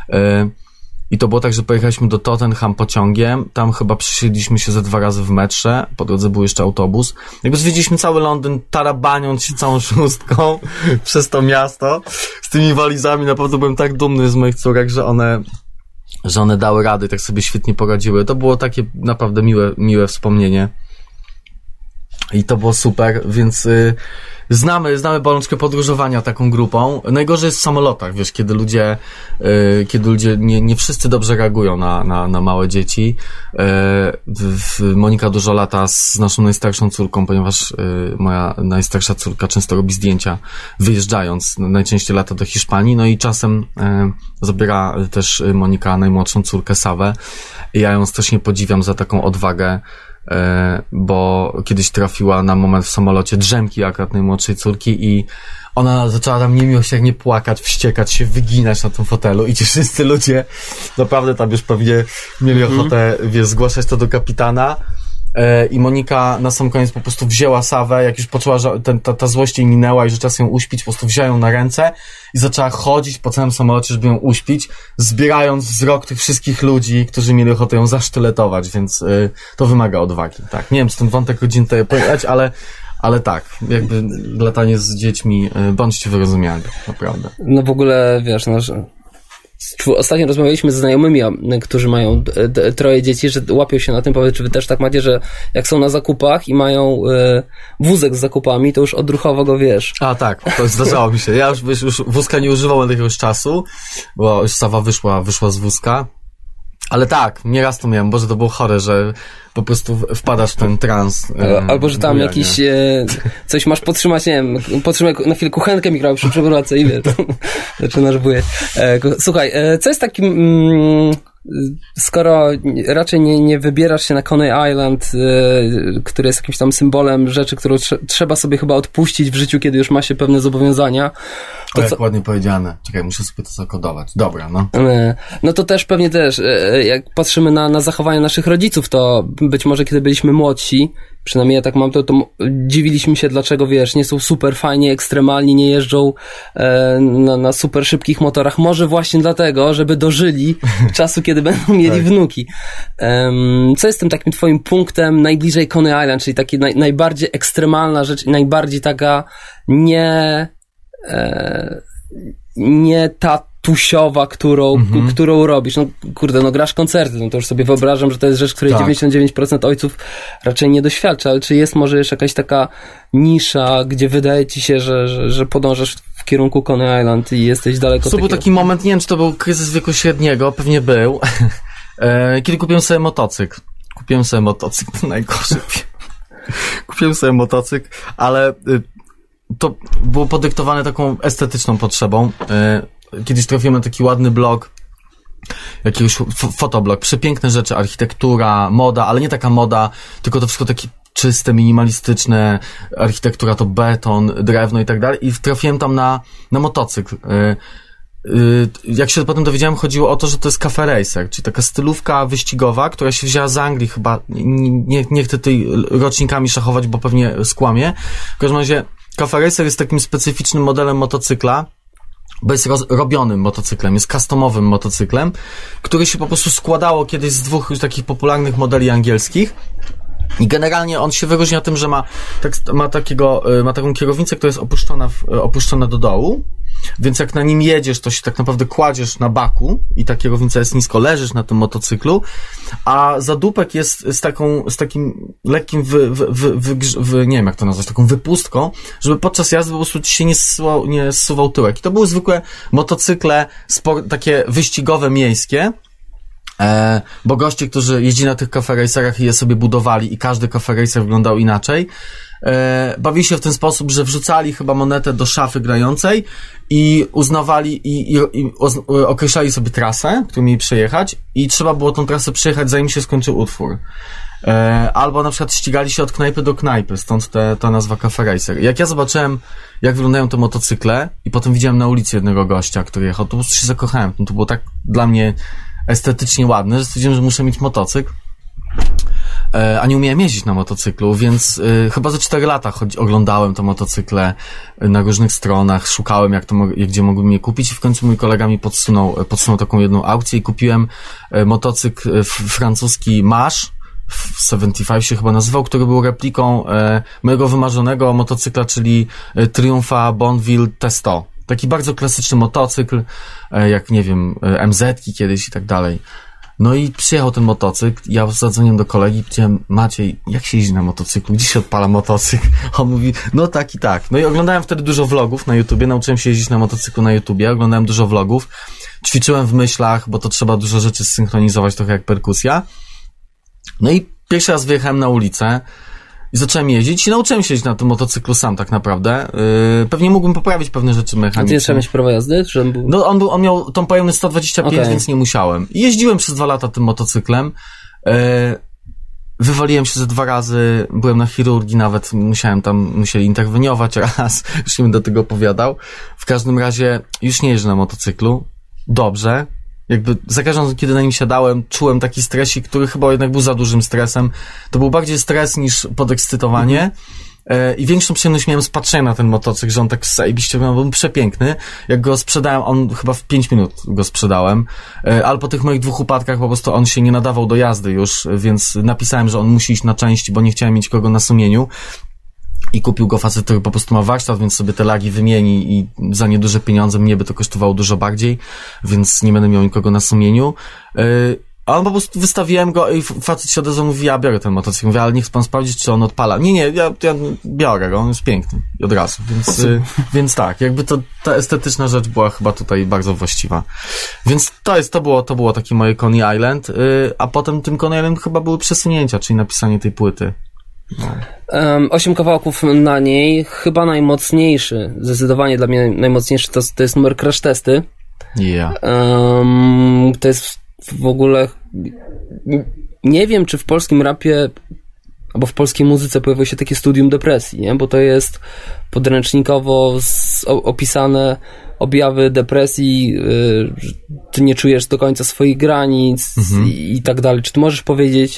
i to było tak, że pojechaliśmy do Tottenham pociągiem, tam chyba przesiedliśmy się ze dwa razy w metrze, po drodze był jeszcze autobus, jakby zwiedziliśmy cały Londyn, tarabaniąc się całą szóstką przez to miasto, z tymi walizami, naprawdę byłem tak dumny z moich córek, że one że one dały rady, tak sobie świetnie poradziły. To było takie naprawdę miłe, miłe wspomnienie. I to było super, więc yy, znamy, znamy bolączkę podróżowania taką grupą. Najgorzej jest w samolotach, wiesz, kiedy ludzie, yy, kiedy ludzie nie, nie wszyscy dobrze reagują na, na, na małe dzieci. Yy, Monika dużo lata z naszą najstarszą córką, ponieważ yy, moja najstarsza córka często robi zdjęcia wyjeżdżając, najczęściej lata do Hiszpanii, no i czasem yy, zabiera też Monika najmłodszą córkę Sawę. I ja ją strasznie podziwiam za taką odwagę, bo kiedyś trafiła na moment w samolocie drzemki akurat najmłodszej córki i ona zaczęła tam niemiłosiernie płakać, wściekać się, wyginać na tym fotelu i ci wszyscy ludzie naprawdę tam już pewnie mieli ochotę, mm. wiesz, zgłaszać to do kapitana. I Monika na sam koniec po prostu wzięła Sawę, jak już poczuła, że ten, ta, ta złość jej minęła i że czas ją uśpić, po prostu wzięła ją na ręce i zaczęła chodzić po całym samolocie, żeby ją uśpić, zbierając wzrok tych wszystkich ludzi, którzy mieli ochotę ją zasztyletować, więc y, to wymaga odwagi, tak. Nie wiem, czy ten wątek rodziny tutaj opowiadać, ale ale tak, jakby latanie z dziećmi, y, bądźcie wyrozumiali, naprawdę. No w ogóle, wiesz, no, że ostatnio rozmawialiśmy z znajomymi, którzy mają troje dzieci, że łapią się na tym, powiedz, czy wy też tak macie, że jak są na zakupach i mają y, wózek z zakupami, to już odruchowo go wiesz. A tak, to zdarzało mi się. Ja już, już, już wózka nie używam od jakiegoś czasu, bo już Sawa wyszła, wyszła z wózka. Ale tak, nieraz to miałem, Boże, to było chore, że po prostu wpadasz w ten trans. E, Albo, że tam jakiś e, coś masz podtrzymać, nie wiem, podtrzymaj na chwilę kuchenkę mikrową przy przewrocie i wiesz, zaczynasz bujać. E, słuchaj, e, co jest takim... Mm, skoro raczej nie, nie wybierasz się na Coney Island, y, który jest jakimś tam symbolem rzeczy, którą tr- trzeba sobie chyba odpuścić w życiu, kiedy już ma się pewne zobowiązania. To o, jak co... ładnie powiedziane. Czekaj, muszę sobie to zakodować. Dobra, no. Y, no to też pewnie też, y, jak patrzymy na, na zachowanie naszych rodziców, to być może kiedy byliśmy młodsi, przynajmniej ja tak mam, to, to dziwiliśmy się, dlaczego, wiesz, nie są super fajnie, ekstremalni, nie jeżdżą e, na, na super szybkich motorach. Może właśnie dlatego, żeby dożyli czasu, kiedy będą mieli tak. wnuki. Um, co jest tym takim twoim punktem najbliżej Coney Island, czyli taki naj, najbardziej ekstremalna rzecz i najbardziej taka nie e, nie tatusiowa, którą, mhm. k- którą robisz. No kurde, no grasz koncerty, no to już sobie wyobrażam, że to jest rzecz, której tak. dziewięćdziesiąt dziewięć procent ojców raczej nie doświadcza, ale czy jest może jeszcze jakaś taka nisza, gdzie wydaje ci się, że, że, że podążasz w kierunku Coney Island i jesteś daleko... To był taki moment, nie wiem, czy to był kryzys wieku średniego, pewnie był, kiedy kupiłem sobie motocykl. Kupiłem sobie motocykl, to najgorzej. Kupiłem sobie motocykl, ale... to było podyktowane taką estetyczną potrzebą. Kiedyś trafiłem na taki ładny blog, jakiegoś fotoblog, przepiękne rzeczy, architektura, moda, ale nie taka moda, tylko to wszystko takie czyste, minimalistyczne, architektura to beton, drewno i tak dalej i trafiłem tam na, na motocykl. Jak się potem dowiedziałem, chodziło o to, że to jest Cafe Racer, czyli taka stylówka wyścigowa, która się wzięła z Anglii chyba, nie, nie, nie chcę tutaj rocznikami szachować, bo pewnie skłamię. W każdym razie Cafe Racer jest takim specyficznym modelem motocykla, bo jest roz, robionym motocyklem, jest customowym motocyklem, który się po prostu składało kiedyś z dwóch już takich popularnych modeli angielskich. I generalnie on się wyróżnia tym, że ma, tak, ma, takiego, ma taką kierownicę, która jest opuszczona, w, opuszczona do dołu, więc jak na nim jedziesz, to się tak naprawdę kładziesz na baku i ta kierownica jest nisko, leżysz na tym motocyklu, a zadupek jest z taką, z takim lekkim wy, wy, wy, wy, wy, nie wiem jak to nazwać, taką wypustką, żeby podczas jazdy po prostu ci się nie zsuwał, nie zsuwał tyłek. I to były zwykłe motocykle, sport, takie wyścigowe, miejskie, E, bo goście, którzy jeździli na tych Cafe Racerach i je sobie budowali i każdy Cafe Racer wyglądał inaczej, e, bawili się w ten sposób, że wrzucali chyba monetę do szafy grającej i uznawali i, i, i określali sobie trasę, którą mieli przejechać i trzeba było tą trasę przejechać, zanim się skończył utwór. E, albo na przykład ścigali się od knajpy do knajpy, stąd te, ta nazwa Cafe Racer. Jak ja zobaczyłem, jak wyglądają te motocykle i potem widziałem na ulicy jednego gościa, który jechał, to po prostu się zakochałem. To było tak dla mnie estetycznie ładne, że stwierdziłem, że muszę mieć motocykl, e, a nie umiałem jeździć na motocyklu, więc e, chyba za cztery lata chodzi, oglądałem te motocykle na różnych stronach, szukałem jak to, gdzie mogłem je kupić i w końcu mój kolega mi podsunął, podsunął taką jedną aukcję i kupiłem e, motocykl francuski Masz, siedemdziesiąt pięć się chyba nazywał, który był repliką e, mojego wymarzonego motocykla, czyli e, Triumpha Bonneville T sto. Taki bardzo klasyczny motocykl, jak, nie wiem, em zetki kiedyś i tak dalej. No i przyjechał ten motocykl, ja zadzwoniłem do kolegi i powiedziałem, Maciej, jak się jeździ na motocyklu? Gdzie się odpala motocykl? On mówi, no tak i tak. No i oglądałem wtedy dużo vlogów na YouTubie, nauczyłem się jeździć na motocyklu na YouTubie, oglądałem dużo vlogów, ćwiczyłem w myślach, bo to trzeba dużo rzeczy zsynchronizować, trochę jak perkusja. No i pierwszy raz wyjechałem na ulicę i zacząłem jeździć i nauczyłem się jeździć na tym motocyklu sam tak naprawdę. Yy, pewnie mógłbym poprawić pewne rzeczy mechaniczne. A ty jeszcze miałeś prawo jazdy? Czy on był... No on, był, on miał tą pojemność sto dwadzieścia pięć, okay. Więc nie musiałem. I jeździłem przez dwa lata tym motocyklem. Yy, wywaliłem się ze dwa razy, byłem na chirurgii nawet, musiałem tam, musieli interweniować raz, już nie będę tego opowiadał. W każdym razie już nie jeżdżę na motocyklu. Dobrze. Jakby za każdym razem, kiedy na nim siadałem, czułem taki stresik, który chyba jednak był za dużym stresem. To był bardziej stres niż podekscytowanie. Mm-hmm. I większą przyjemność miałem z patrzenia na ten motocykl, że on tak zajebiście był przepiękny. Jak go sprzedałem, on chyba w pięć minut go sprzedałem. Ale po tych moich dwóch upadkach po prostu on się nie nadawał do jazdy już, więc napisałem, że on musi iść na części, bo nie chciałem mieć kogo na sumieniu. I kupił go facet, który po prostu ma warsztat, więc sobie te lagi wymieni i za nieduże pieniądze mnie by to kosztowało dużo bardziej, więc nie będę miał nikogo na sumieniu. Yy, a on po prostu wystawiłem go i facet się odezwał, mówi, ja biorę ten motocykl. Mówię, ale niech pan sprawdzić, czy on odpala. Nie, nie, ja, ja biorę go, on jest piękny. I od razu. Więc, yy, więc tak, jakby to, ta estetyczna rzecz była chyba tutaj bardzo właściwa. Więc to jest, to było, to było takie moje Coney Island, yy, a potem tym Coney Island chyba były przesunięcia, czyli napisanie tej płyty. No. Um, osiem kawałków na niej, chyba najmocniejszy, zdecydowanie dla mnie najmocniejszy to, to jest numer Crash Testy. Yeah. Um, to jest w ogóle, nie wiem, czy w polskim rapie albo w polskiej muzyce pojawiło się takie studium depresji, nie? Bo to jest podręcznikowo z, o, opisane objawy depresji, yy, ty nie czujesz do końca swoich granic mhm. i, i tak dalej. Czy ty możesz powiedzieć,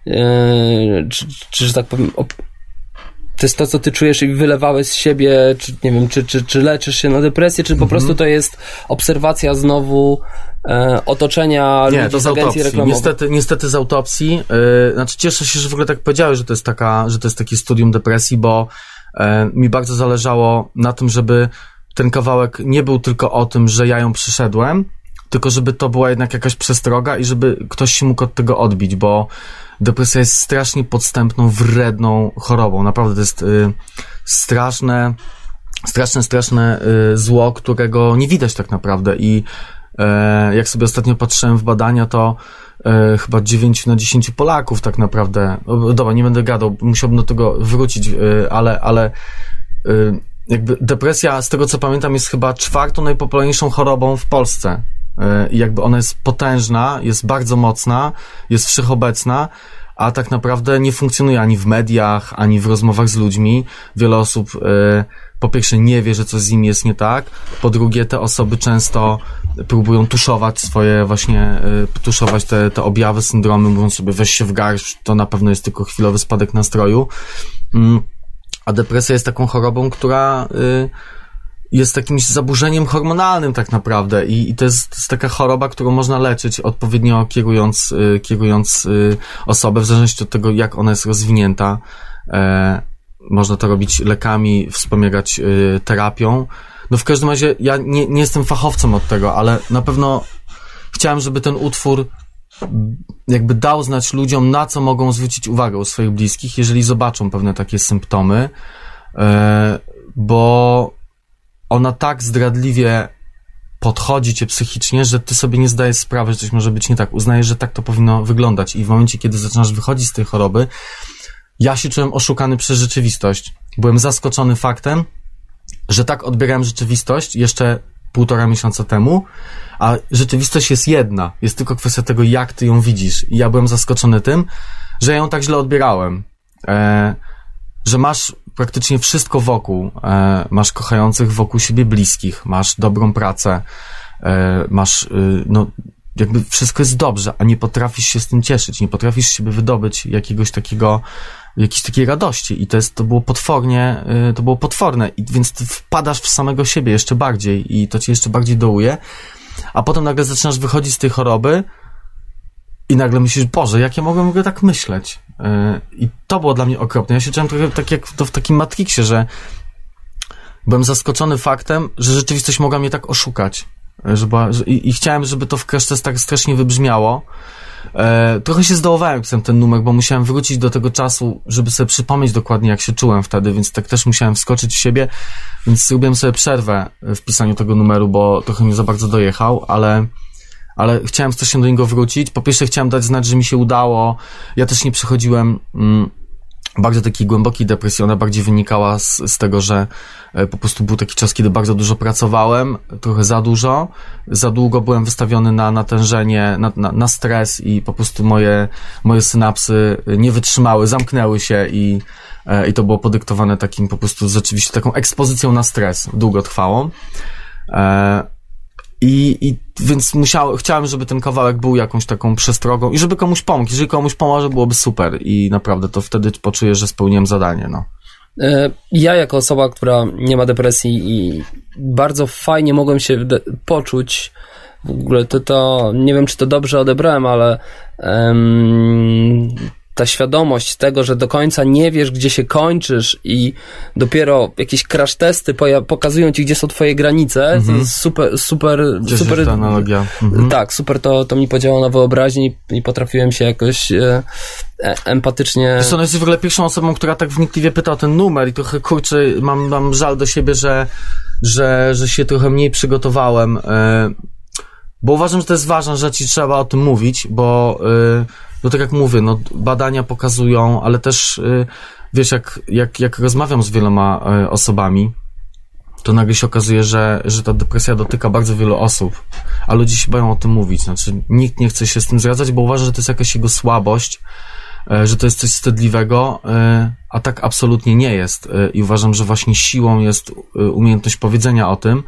Yy, czy, czy, że tak powiem, op- to jest to, co ty czujesz i wylewałeś z siebie, czy nie wiem, czy, czy, czy leczysz się na depresję, czy po mm-hmm. prostu to jest obserwacja znowu e, otoczenia nie, ludzi to z agencji reklamowych? Niestety, niestety z autopsji. Yy, znaczy cieszę się, że w ogóle tak powiedziałeś, że to jest taka, że to jest takie studium depresji, bo e, mi bardzo zależało na tym, żeby ten kawałek nie był tylko o tym, że ja ją przyszedłem, tylko żeby to była jednak jakaś przestroga i żeby ktoś się mógł od tego odbić, bo depresja jest strasznie podstępną, wredną chorobą. Naprawdę to jest y, straszne, straszne, straszne y, zło, którego nie widać tak naprawdę. I y, jak sobie ostatnio patrzyłem w badania, to y, chyba dziewięć na dziesięć Polaków tak naprawdę, o, dobra, nie będę gadał, musiałbym do tego wrócić, y, ale, ale y, jakby depresja, z tego co pamiętam, jest chyba czwartą najpopularniejszą chorobą w Polsce. I jakby ona jest potężna, jest bardzo mocna, jest wszechobecna, a tak naprawdę nie funkcjonuje ani w mediach, ani w rozmowach z ludźmi. Wiele osób y, po pierwsze nie wie, że coś z nim jest nie tak, po drugie te osoby często próbują tuszować swoje właśnie, y, tuszować te, te objawy, syndromy, mówiąc sobie weź się w garść, to na pewno jest tylko chwilowy spadek nastroju. Y, a depresja jest taką chorobą, która y, jest jakimś zaburzeniem hormonalnym tak naprawdę i, i to, jest, to jest taka choroba, którą można leczyć odpowiednio kierując, y, kierując y, osobę, w zależności od tego, jak ona jest rozwinięta. E, można to robić lekami, wspomagać y, terapią. No w każdym razie ja nie, nie jestem fachowcem od tego, ale na pewno chciałem, żeby ten utwór jakby dał znać ludziom, na co mogą zwrócić uwagę u swoich bliskich, jeżeli zobaczą pewne takie symptomy, e, bo ona tak zdradliwie podchodzi cię psychicznie, że ty sobie nie zdajesz sprawy, że coś może być nie tak. Uznajesz, że tak to powinno wyglądać i w momencie, kiedy zaczynasz wychodzić z tej choroby, ja się czułem oszukany przez rzeczywistość. Byłem zaskoczony faktem, że tak odbierałem rzeczywistość jeszcze półtora miesiąca temu, a rzeczywistość jest jedna. Jest tylko kwestia tego, jak ty ją widzisz. I ja byłem zaskoczony tym, że ja ją tak źle odbierałem. E, że masz praktycznie wszystko wokół. E, masz kochających wokół siebie bliskich, masz dobrą pracę, e, masz, y, no, jakby wszystko jest dobrze, a nie potrafisz się z tym cieszyć, nie potrafisz z siebie wydobyć jakiegoś takiego, jakiejś takiej radości i to jest, to było potwornie, y, to było potworne i więc ty wpadasz w samego siebie jeszcze bardziej i to cię jeszcze bardziej dołuje, a potem nagle zaczynasz wychodzić z tej choroby i nagle myślisz, Boże, jak ja mogłem w ogóle tak myśleć? Yy, I to było dla mnie okropne. Ja się czułem trochę tak jak to w takim Matrixie, że byłem zaskoczony faktem, że rzeczywistość mogła mnie tak oszukać. że była, że, i, i chciałem, żeby to w crash testach strasznie wybrzmiało. E, trochę się zdołowałem, jak pisałem ten numer, bo musiałem wrócić do tego czasu, żeby sobie przypomnieć dokładnie, jak się czułem wtedy, więc tak też musiałem wskoczyć w siebie, więc zrobiłem sobie przerwę w pisaniu tego numeru, bo trochę nie za bardzo dojechał, ale ale chciałem strasznie do niego wrócić. Po pierwsze chciałem dać znać, że mi się udało. Ja też nie przechodziłem mm, bardzo takiej głębokiej depresji. Ona bardziej wynikała z, z tego, że e, po prostu był taki czas, kiedy bardzo dużo pracowałem, trochę za dużo. Za długo byłem wystawiony na natężenie, na, na, na stres i po prostu moje, moje synapsy nie wytrzymały, zamknęły się i, e, i to było podyktowane takim po prostu rzeczywiście taką ekspozycją na stres długotrwałą. E, I, i więc musiałem, chciałem, żeby ten kawałek był jakąś taką przestrogą i żeby komuś pomógł. Jeżeli komuś pomoże, byłoby super i naprawdę to wtedy poczuję, że spełniłem zadanie, no. Ja jako osoba, która nie ma depresji i bardzo fajnie mogłem się de- poczuć, w ogóle to, to nie wiem, czy to dobrze odebrałem, ale um, ta świadomość tego, że do końca nie wiesz, gdzie się kończysz i dopiero jakieś crash testy poja- pokazują ci, gdzie są twoje granice, mm-hmm. to jest super, super, Gdzie super, ta analogia. Mm-hmm. Tak, super to, to mi podziałało na wyobraźni i, i potrafiłem się jakoś e, e, empatycznie... Wiesz co, no jesteś w ogóle pierwszą osobą, która tak wnikliwie pyta o ten numer i trochę, kurczę, mam, mam żal do siebie, że, że, że się trochę mniej przygotowałem, e, bo uważam, że to jest ważna rzecz i trzeba o tym mówić, bo e, no tak jak mówię, no badania pokazują, ale też y, wiesz, jak, jak, jak rozmawiam z wieloma y, osobami, to nagle się okazuje, że, że ta depresja dotyka bardzo wielu osób, a ludzie się boją o tym mówić, znaczy nikt nie chce się z tym zgadzać, bo uważa, że to jest jakaś jego słabość, y, że to jest coś wstydliwego, y, a tak absolutnie nie jest y, i uważam, że właśnie siłą jest y, umiejętność powiedzenia o tym,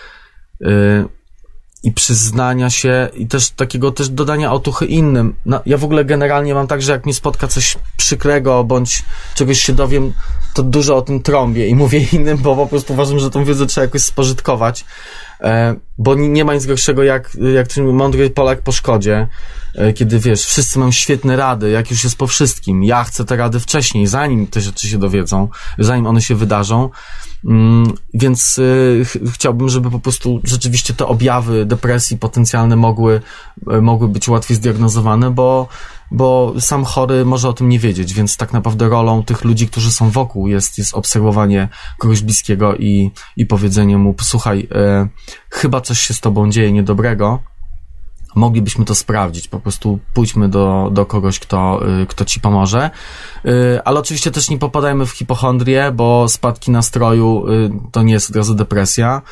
y, i przyznania się i też takiego też dodania otuchy innym. No, ja w ogóle generalnie mam tak, że jak mnie spotka coś przykrego bądź czegoś się dowiem, to dużo o tym trąbię i mówię innym, bo po prostu uważam, że tą wiedzę trzeba jakoś spożytkować, e, bo nie ma nic gorszego jak, jak ten mądry Polak po szkodzie, e, kiedy wiesz, wszyscy mają świetne rady, jak już jest po wszystkim. Ja chcę te rady wcześniej, zanim te rzeczy się dowiedzą, zanim one się wydarzą. Mm, więc y, ch- chciałbym, żeby po prostu rzeczywiście te objawy depresji potencjalne mogły, y, mogły być łatwiej zdiagnozowane, bo, bo sam chory może o tym nie wiedzieć, więc tak naprawdę rolą tych ludzi, którzy są wokół jest, jest obserwowanie kogoś bliskiego i, i powiedzenie mu, słuchaj, y, chyba coś się z tobą dzieje niedobrego, moglibyśmy to sprawdzić, po prostu pójdźmy do, do kogoś, kto, kto ci pomoże, ale oczywiście też nie popadajmy w hipochondrię, bo spadki nastroju to nie jest od razu depresja.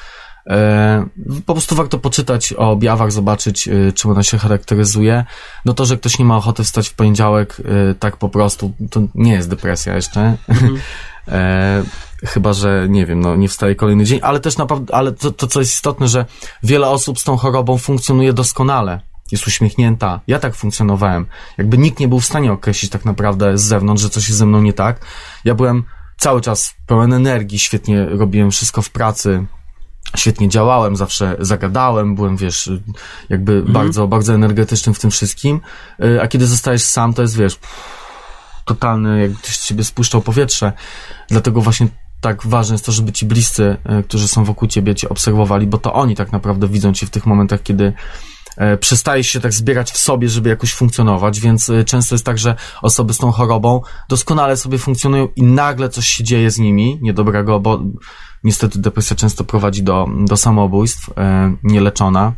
Po prostu warto poczytać o objawach, zobaczyć, czym ona się charakteryzuje. No to, że ktoś nie ma ochoty wstać w poniedziałek tak po prostu, to nie jest depresja jeszcze. Mhm. e, chyba, że nie wiem, no nie wstaje kolejny dzień, ale też naprawdę, ale to, to co jest istotne, że wiele osób z tą chorobą funkcjonuje doskonale. Jest uśmiechnięta. Ja tak funkcjonowałem. Jakby nikt nie był w stanie określić tak naprawdę z zewnątrz, że coś jest ze mną nie tak. Ja byłem cały czas pełen energii, świetnie robiłem wszystko w pracy, świetnie działałem, zawsze zagadałem, byłem, wiesz, jakby mhm. bardzo, bardzo energetycznym w tym wszystkim, a kiedy zostajesz sam, to jest, wiesz, totalny, jak ktoś z ciebie spuszczał powietrze, dlatego właśnie tak ważne jest to, żeby ci bliscy, którzy są wokół ciebie, cię obserwowali, bo to oni tak naprawdę widzą cię w tych momentach, kiedy przestajesz się tak zbierać w sobie, żeby jakoś funkcjonować, więc często jest tak, że osoby z tą chorobą doskonale sobie funkcjonują i nagle coś się dzieje z nimi niedobrego, bo niestety depresja często prowadzi do, do samobójstw, e, nieleczona.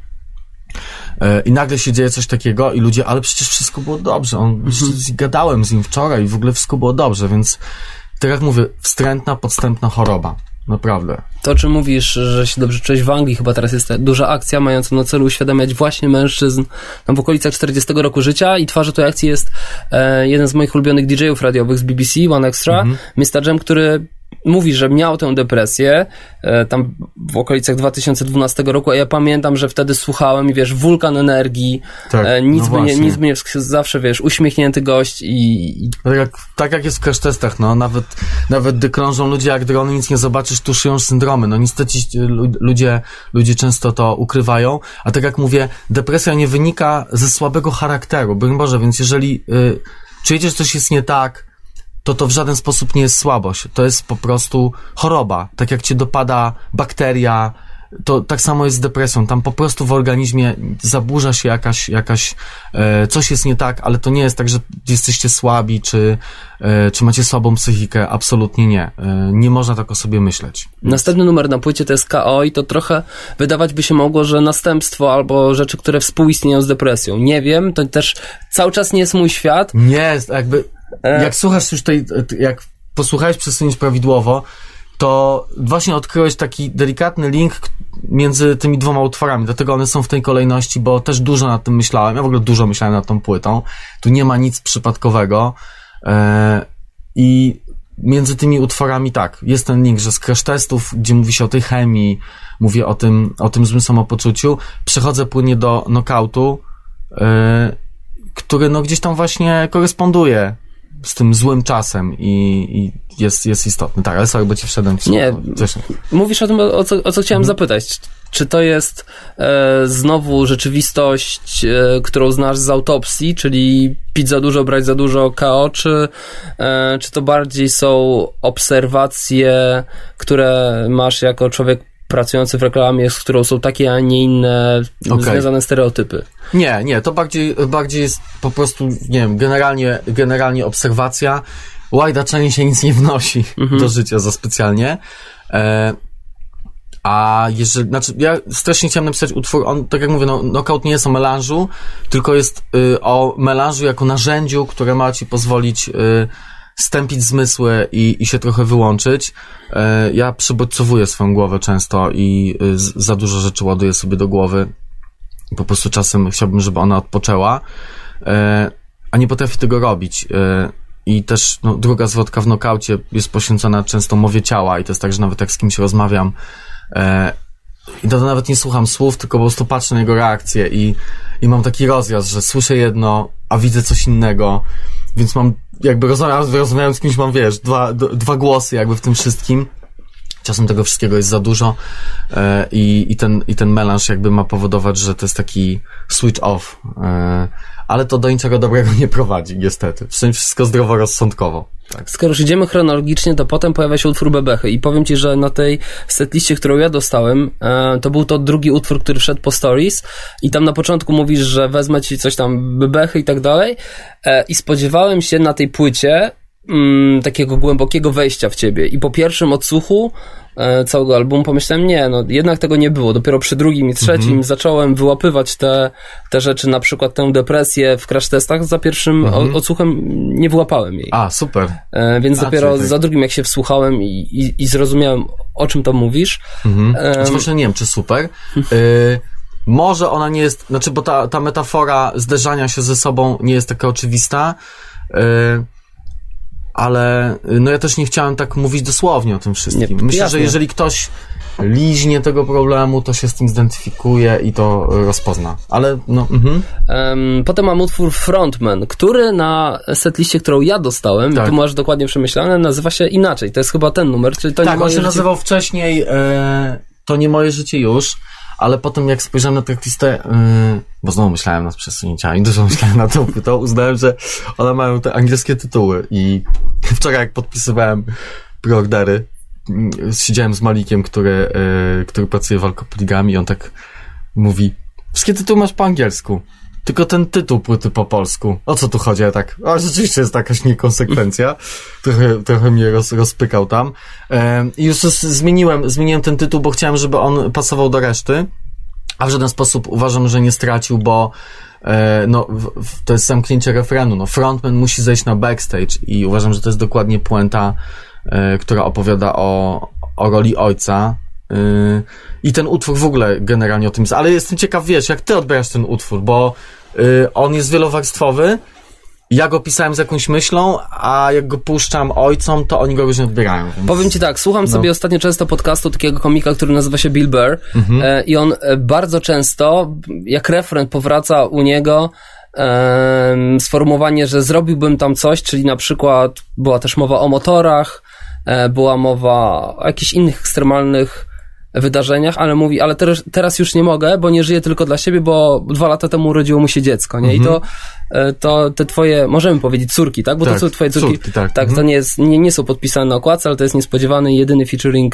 E, I nagle się dzieje coś takiego i ludzie, ale przecież wszystko było dobrze. On, mhm. Gadałem z nim wczoraj i w ogóle wszystko było dobrze, więc tak jak mówię, wstrętna, podstępna choroba. Naprawdę. To, o czym mówisz, że się dobrze czułeś w Anglii, chyba teraz jest duża akcja mająca na celu uświadamiać właśnie mężczyzn tam w okolicach czterdziestego roku życia i twarzą tej akcji jest e, jeden z moich ulubionych didżejów radiowych z B B C, One Extra, mhm. mister Jam, który mówi, że miał tę depresję e, tam w okolicach dwa tysiące dwunastego roku, a ja pamiętam, że wtedy słuchałem i wiesz, wulkan energii, tak, e, nic, no by nie, nic by nie, zawsze wiesz, uśmiechnięty gość i... Tak jak, tak jak jest w crash testach, no, nawet, nawet gdy krążą ludzie jak drony, nic nie zobaczysz, tuszują syndromy, no niestety ludzie, ludzie często to ukrywają, a tak jak mówię, depresja nie wynika ze słabego charakteru, broń Boże, więc jeżeli y, czujecie, że coś jest nie tak, to to w żaden sposób nie jest słabość. To jest po prostu choroba. Tak jak cię dopada bakteria, to tak samo jest z depresją. Tam po prostu w organizmie zaburza się jakaś, jakaś e, coś jest nie tak, ale to nie jest tak, że jesteście słabi, czy, e, czy macie słabą psychikę. Absolutnie nie. E, nie można tak o sobie myśleć. Następny numer na płycie to jest K O i to trochę wydawać by się mogło, że następstwo albo rzeczy, które współistnieją z depresją. Nie wiem, to też cały czas nie jest mój świat. Nie, jakby, e... jak słuchasz już tej, jak posłuchałeś Przesunięć prawidłowo, to właśnie odkryłeś taki delikatny link między tymi dwoma utworami, dlatego one są w tej kolejności, bo też dużo nad tym myślałem, ja w ogóle dużo myślałem nad tą płytą, tu nie ma nic przypadkowego e, i między tymi utworami tak, jest ten link, że z crash testów, gdzie mówi się o tej chemii, mówię o tym, o tym złym samopoczuciu, przechodzę płynnie do knockoutu, e, który no gdzieś tam właśnie koresponduje z tym złym czasem i, i jest, jest istotny. Tak, ale sorry, bo ci wszedłem w Nie, mówisz o tym, o co, o co chciałem mhm. zapytać. Czy to jest e, znowu rzeczywistość, e, którą znasz z autopsji, czyli pić za dużo, brać za dużo K O, czy, e, czy to bardziej są obserwacje, które masz jako człowiek pracujący w reklamie, z którą są takie, a nie inne okay. związane stereotypy? Nie, nie, to bardziej, bardziej jest po prostu, nie wiem, generalnie, generalnie obserwacja. Łajdaczenie się nic nie wnosi mhm. do życia za specjalnie. E, a jeżeli, znaczy, ja strasznie chciałem napisać utwór, on, tak jak mówię, no, knockout nie jest o melanżu, tylko jest y, o melanżu jako narzędziu, które ma ci pozwolić y, stępić zmysły i, i się trochę wyłączyć. E, ja przebodźcowuję swoją głowę często i y, z, za dużo rzeczy ładuję sobie do głowy. Po prostu czasem chciałbym, żeby ona odpoczęła, e, a nie potrafię tego robić. E, I też no, druga zwrotka w nokaucie jest poświęcona często mowie ciała i to jest tak, że nawet jak z kimś rozmawiam e, i to, to nawet nie słucham słów, tylko po prostu patrzę na jego reakcję i, i mam taki rozjazd, że słyszę jedno, a widzę coś innego, więc mam jakby rozmawiając, rozmawiając z kimś mam, wiesz, dwa, d- dwa głosy jakby w tym wszystkim. Czasem tego wszystkiego jest za dużo e, i, i, ten, i ten melanż jakby ma powodować, że to jest taki switch off, e, ale to do niczego dobrego nie prowadzi, niestety. W sensie wszystko zdroworozsądkowo. Tak. Skoro już idziemy chronologicznie, to potem pojawia się utwór Bebechy i powiem ci, że na tej setliście, którą ja dostałem, e, to był to drugi utwór, który wszedł po Stories i tam na początku mówisz, że wezmę ci coś tam Bebechy i tak dalej e, i spodziewałem się na tej płycie mm, takiego głębokiego wejścia w ciebie i po pierwszym odsłuchu e, całego albumu pomyślałem, nie, no jednak tego nie było. Dopiero przy drugim i trzecim mm-hmm. zacząłem wyłapywać te, te rzeczy, na przykład tę depresję w crash testach. Za pierwszym mm-hmm. odsłuchem nie wyłapałem jej. A, super. E, więc A, dopiero tak. za drugim, jak się wsłuchałem i, i, i zrozumiałem, o czym tam mówisz. Mhm. Um, Właśnie nie wiem, czy super. y- może ona nie jest, znaczy, bo ta, ta metafora zderzania się ze sobą nie jest taka oczywista, y- ale no ja też nie chciałem tak mówić dosłownie o tym wszystkim. Nie, Myślę, jasne. że jeżeli ktoś liźnie tego problemu, to się z tym zidentyfikuje i to rozpozna. Ale no... Mhm. Um, potem mam utwór Frontman, który na setliście, którą ja dostałem, tak. tu masz dokładnie przemyślane, nazywa się inaczej. To jest chyba ten numer, czyli to tak, nie moje on się życie... nazywał wcześniej e, To nie moje życie już, ale potem jak spojrzałem na tę listę, yy, bo znowu myślałem nad przesunięciami, dużo myślałem nad tą płytą, uznałem, że one mają te angielskie tytuły i wczoraj jak podpisywałem preordery, yy, siedziałem z Malikiem, który, yy, który pracuje w Alkopoligami i on tak mówi, wszystkie tytuły masz po angielsku, tylko ten tytuł płyty po polsku. O co tu chodzi? Ja tak, a rzeczywiście jest jakaś niekonsekwencja. Trochę, trochę mnie roz, rozpykał tam. E, I już zmieniłem, zmieniłem ten tytuł, bo chciałem, żeby on pasował do reszty, a w żaden sposób uważam, że nie stracił, bo e, no, w, w, to jest zamknięcie refrenu. No, frontman musi zejść na backstage i uważam, że to jest dokładnie puenta, e, która opowiada o, o roli ojca. Yy, I ten utwór w ogóle generalnie o tym jest, ale jestem ciekaw, wiesz, jak ty odbierasz ten utwór, bo yy, on jest wielowarstwowy, ja go pisałem z jakąś myślą, a jak go puszczam ojcom, to oni go różnie odbierają. Więc... Powiem ci tak, słucham no. sobie ostatnio często podcastu takiego komika, który nazywa się Bill Burr mhm. e, i on bardzo często, jak refren powraca u niego e, sformułowanie, że zrobiłbym tam coś, czyli na przykład była też mowa o motorach, e, była mowa o jakichś innych ekstremalnych wydarzeniach, ale mówi, ale teraz, teraz już nie mogę, bo nie żyję tylko dla siebie, bo dwa lata temu urodziło mu się dziecko, nie? I to, to te twoje, możemy powiedzieć córki, tak? Bo tak, to są twoje córki, córki tak, tak mhm. to nie, jest, nie, nie są podpisane na okładce, ale to jest niespodziewany jedyny featuring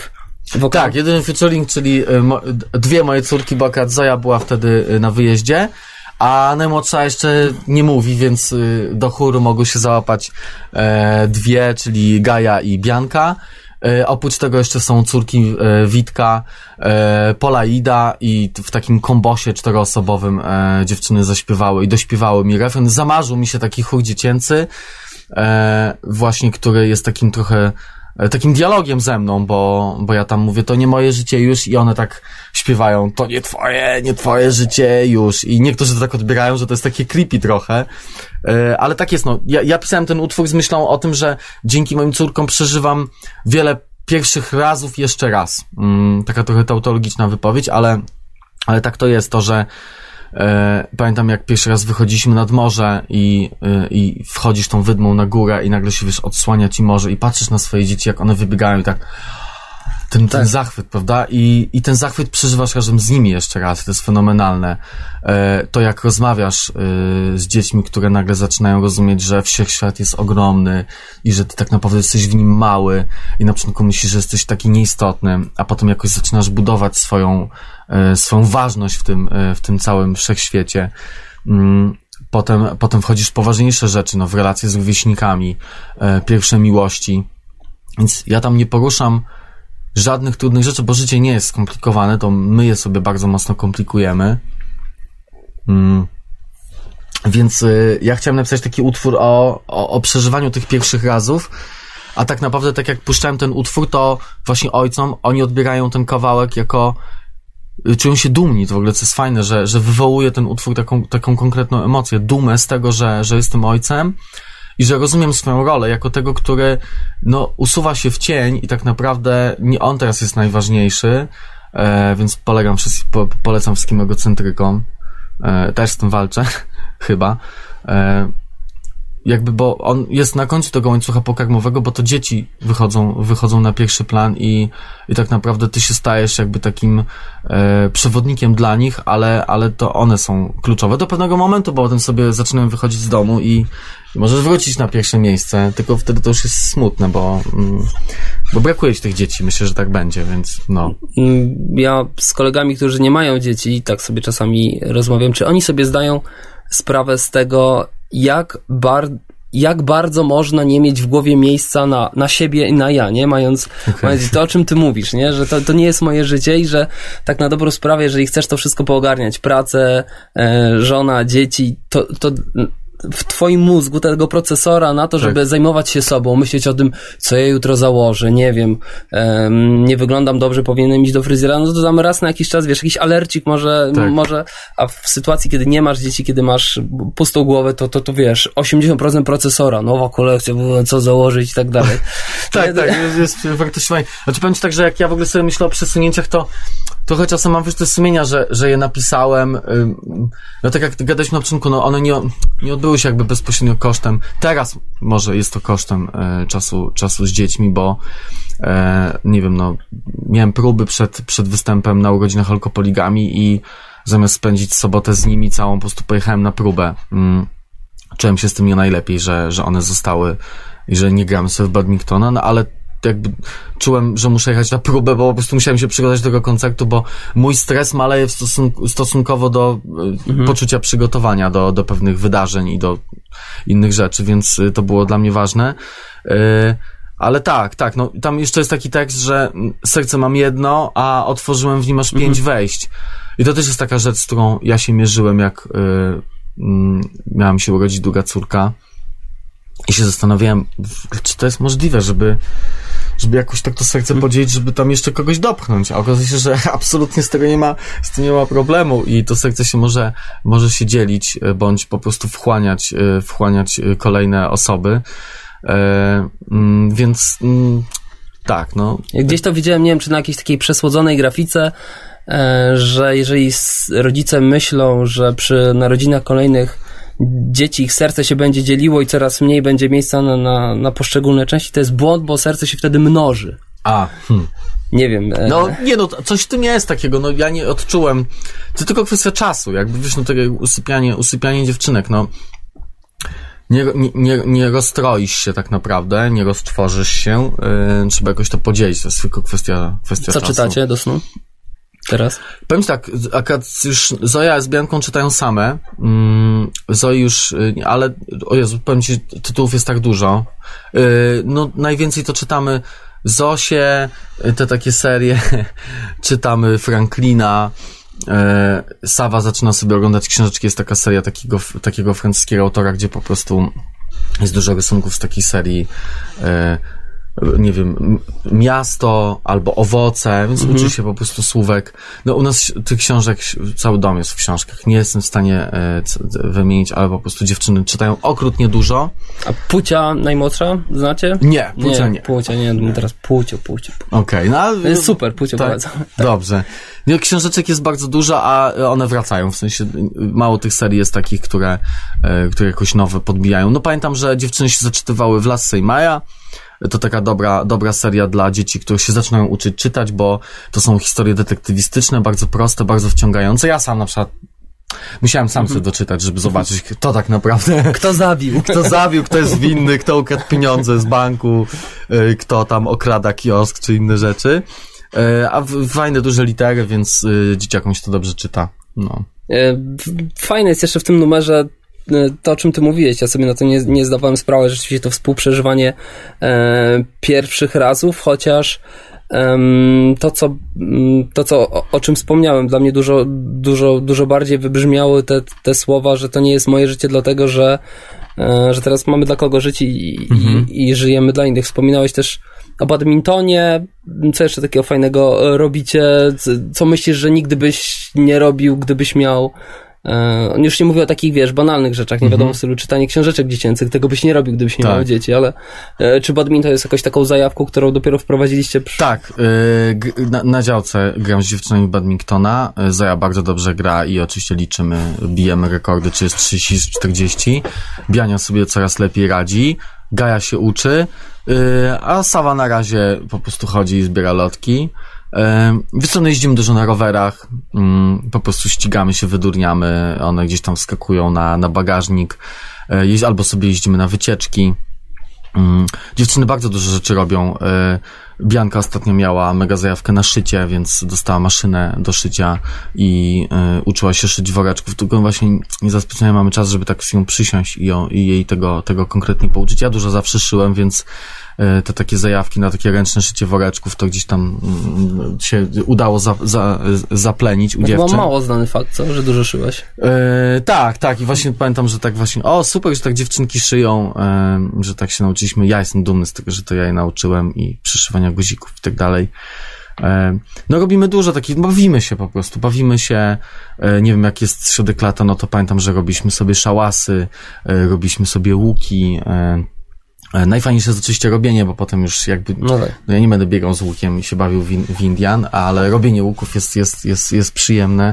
Wokal. Tak, jedyny featuring, czyli y, mo, dwie moje córki, bo akurat Zoja była wtedy y, na wyjeździe, a najmłodsza jeszcze nie mówi, więc y, do chóru mogły się załapać e, dwie, czyli Gaja i Bianka. E, oprócz tego jeszcze są córki e, Witka, e, Pola i Ida i w takim kombosie czteroosobowym e, dziewczyny zaśpiewały i dośpiewały mi refren. Zamarzył mi się taki chór dziecięcy, e, właśnie, który jest takim trochę takim dialogiem ze mną, bo, bo ja tam mówię, to nie moje życie już i one tak śpiewają, to nie twoje, nie twoje życie już i niektórzy to tak odbierają, że to jest takie creepy trochę, ale tak jest, no, ja, ja pisałem ten utwór z myślą o tym, że dzięki moim córkom przeżywam wiele pierwszych razów jeszcze raz. Taka trochę tautologiczna wypowiedź, ale, ale tak to jest, to, że E, pamiętam, jak pierwszy raz wychodziliśmy nad morze i, y, i wchodzisz tą wydmą na górę i nagle się, wiesz, odsłania ci morze i patrzysz na swoje dzieci, jak one wybiegają i tak ten, ten tak. zachwyt, prawda? I, i ten zachwyt przeżywasz razem z nimi jeszcze raz, to jest fenomenalne. E, to jak rozmawiasz y, z dziećmi, które nagle zaczynają rozumieć, że wszechświat jest ogromny i że ty tak naprawdę jesteś w nim mały i na początku myślisz, że jesteś taki nieistotny, a potem jakoś zaczynasz budować swoją swoją ważność w tym, w tym całym wszechświecie. Potem, potem wchodzisz w poważniejsze rzeczy, no, w relacje z rówieśnikami, pierwsze miłości. Więc ja tam nie poruszam żadnych trudnych rzeczy, bo życie nie jest skomplikowane, to my je sobie bardzo mocno komplikujemy. Więc ja chciałem napisać taki utwór o, o, o przeżywaniu tych pierwszych razów, a tak naprawdę, tak jak puszczałem ten utwór, to właśnie ojcom, oni odbierają ten kawałek jako czują się dumni, to w ogóle co jest fajne, że, że wywołuje ten utwór taką, taką konkretną emocję, dumę z tego, że, że jestem ojcem i że rozumiem swoją rolę jako tego, który no, usuwa się w cień i tak naprawdę nie on teraz jest najważniejszy, e, więc polegam wszystkim, po, polecam wszystkim egocentrykom, e, też z tym walczę, chyba, e, jakby, bo on jest na końcu tego łańcucha pokarmowego, bo to dzieci wychodzą, wychodzą na pierwszy plan i, i tak naprawdę ty się stajesz jakby takim e, przewodnikiem dla nich, ale, ale to one są kluczowe do pewnego momentu, bo potem sobie zaczynają wychodzić z domu i, i możesz wrócić na pierwsze miejsce, tylko wtedy to już jest smutne, bo, mm, bo brakuje ci tych dzieci, myślę, że tak będzie, więc no. Ja z kolegami, którzy nie mają dzieci, tak sobie czasami rozmawiam, czy oni sobie zdają sprawę z tego, jak, bar, jak bardzo można nie mieć w głowie miejsca na, na siebie i na ja, nie? Mając, okay. mając to, o czym ty mówisz, nie? Że to, to nie jest moje życie i że tak na dobrą sprawę, jeżeli chcesz to wszystko poogarniać, pracę, e, żona, dzieci, to, to w twoim mózgu tego procesora na to, żeby tak. zajmować się sobą, myśleć o tym, co ja jutro założę, nie wiem, um, nie wyglądam dobrze, powinienem iść do fryzjera, no to damy raz na jakiś czas, wiesz, jakiś alercik może, tak. może, a w sytuacji, kiedy nie masz dzieci, kiedy masz pustą głowę, to, to, to wiesz, osiemdziesiąt procent procesora, nowa kolekcja, co założyć i tak dalej. tak, tak, jest, jest wartościowanie. Znaczy powiem ci tak, że jak ja w ogóle sobie myślę o przesunięciach, to trochę czasem mam wyrzuty sumienia, że, że je napisałem, no tak jak gadaliśmy na początku, no one nie, nie odbyły się jakby bezpośrednio kosztem, teraz może jest to kosztem e, czasu, czasu z dziećmi, bo e, nie wiem, no miałem próby przed, przed występem na urodzinach Alkopoligami i zamiast spędzić sobotę z nimi całą, po prostu pojechałem na próbę. Mm, czułem się z tym nie najlepiej, że, że one zostały i że nie gramy sobie w badmintona, no ale jakby czułem, że muszę jechać na próbę, bo po prostu musiałem się przygotować do tego koncertu, bo mój stres maleje w stosunku, stosunkowo do mhm. poczucia przygotowania do, do pewnych wydarzeń i do innych rzeczy, więc to było dla mnie ważne. Yy, ale tak, tak, no tam jeszcze jest taki tekst, że serce mam jedno, a otworzyłem w nim aż pięć mhm. wejść. I to też jest taka rzecz, z którą ja się mierzyłem, jak yy, yy, miałam się urodzić druga córka. I się zastanawiałem, czy to jest możliwe, żeby, żeby jakoś tak to serce podzielić, żeby tam jeszcze kogoś dopchnąć. A okazuje się, że absolutnie z tego nie ma, z tym nie ma problemu i to serce się może, może się dzielić, bądź po prostu wchłaniać, wchłaniać kolejne osoby. E, więc tak, no. Gdzieś to widziałem, nie wiem, czy na jakiejś takiej przesłodzonej grafice, że jeżeli rodzice myślą, że przy narodzinach kolejnych dzieci, ich serce się będzie dzieliło i coraz mniej będzie miejsca na, na, na poszczególne części, to jest błąd, bo serce się wtedy mnoży. A, hmm. Nie wiem. No, nie no, coś w tym jest takiego, no ja nie odczułem, to tylko kwestia czasu, jakby wiesz, no takie usypianie, usypianie dziewczynek, no. nie, nie, nie rozstroisz się tak naprawdę, nie roztworzysz się, yy, trzeba jakoś to podzielić, to jest tylko kwestia, kwestia Co czasu. czytacie do snu teraz? Powiem ci tak, akurat już Zoja z Bianką czytają same, mm, Zoi już, ale o Jezu, powiem ci, tytułów jest tak dużo, yy, no najwięcej to czytamy Zosię, te takie serie, czytamy Franklina, e, Sawa zaczyna sobie oglądać książeczki, jest taka seria takiego, takiego francuskiego autora, gdzie po prostu jest dużo rysunków z takiej serii, e, nie wiem, miasto albo owoce, więc mhm. uczy się po prostu słówek. No u nas tych książek, cały dom jest w książkach. Nie jestem w stanie e, wymienić, ale po prostu dziewczyny czytają okrutnie dużo. A Płcia najmłodsza znacie? Nie, Płcia nie. nie. Płcia nie, nie. teraz Płcio, Płcio. Okej, okay, no ale... Jest super, Płcio tak, polecam. Tak. Dobrze. No, książeczek jest bardzo dużo, a one wracają, w sensie mało tych serii jest takich, które, e, które jakoś nowe podbijają. No pamiętam, że dziewczyny się zaczytywały w Lasce i Maja. To taka dobra, dobra seria dla dzieci, które się zaczynają uczyć czytać, bo to są historie detektywistyczne, bardzo proste, bardzo wciągające. Ja sam na przykład musiałem sam sobie doczytać, żeby zobaczyć, kto tak naprawdę... Kto zabił. Kto zabił, kto jest winny, kto ukradł pieniądze z banku, kto tam okrada kiosk, czy inne rzeczy. A fajne, duże litery, więc dzieciakom się to dobrze czyta. No. Fajne jest jeszcze w tym numerze to, o czym ty mówiłeś, ja sobie na to nie, nie zdawałem sprawy, że rzeczywiście to współprzeżywanie e, pierwszych razów, chociaż e, to, co, to co o, o czym wspomniałem, dla mnie dużo, dużo, dużo bardziej wybrzmiały te, te słowa, że to nie jest moje życie dlatego, że, e, że teraz mamy dla kogo żyć i, mhm. i, i żyjemy dla innych. Wspominałeś też o badmintonie, co jeszcze takiego fajnego robicie, co myślisz, że nigdy byś nie robił, gdybyś miał. On już nie mówi o takich, wiesz, banalnych rzeczach, nie wiadomo, w stylu czytanie książeczek dziecięcych, tego byś nie robił, gdybyś nie tak. miał dzieci, ale e, czy badminton jest jakoś taką zajawką, którą dopiero wprowadziliście? Przy... Tak, yy, na, na działce gram z dziewczynami badmintona, Zoja bardzo dobrze gra i oczywiście liczymy, bijemy rekordy, czy jest trzydzieści z czterdziestu, Biania sobie coraz lepiej radzi, Gaja się uczy, yy, a Sawa na razie po prostu chodzi i zbiera lotki. Wiesz co, no jeździmy dużo na rowerach, po prostu ścigamy się, wydurniamy, one gdzieś tam wskakują na, na bagażnik, albo sobie jeździmy na wycieczki. Dziewczyny bardzo dużo rzeczy robią. Bianka ostatnio miała mega zajawkę na szycie, więc dostała maszynę do szycia i y, uczyła się szyć woreczków, tylko właśnie nie za specjalnie mamy czas, żeby tak z nią przysiąść i, ją, i jej tego, tego konkretnie pouczyć. Ja dużo zawsze szyłem, więc y, te takie zajawki na takie ręczne szycie woreczków to gdzieś tam y, się udało za, za, zaplenić u to dziewczyn. To mało znany fakt, co? Że dużo szyłeś. Y, tak, tak i właśnie pamiętam, że tak właśnie, o super, że tak dziewczynki szyją, y, że tak się nauczyliśmy. Ja jestem dumny z tego, że to ja je nauczyłem i przyszywania guzików i tak dalej. No robimy dużo takich, bawimy się po prostu, bawimy się, nie wiem jak jest środek lata, no to pamiętam, że robiliśmy sobie szałasy, robiliśmy sobie łuki. Najfajniejsze jest oczywiście robienie, bo potem już jakby, no, tak. no ja nie będę biegał z łukiem i się bawił w, w Indian, ale robienie łuków jest, jest, jest, jest przyjemne.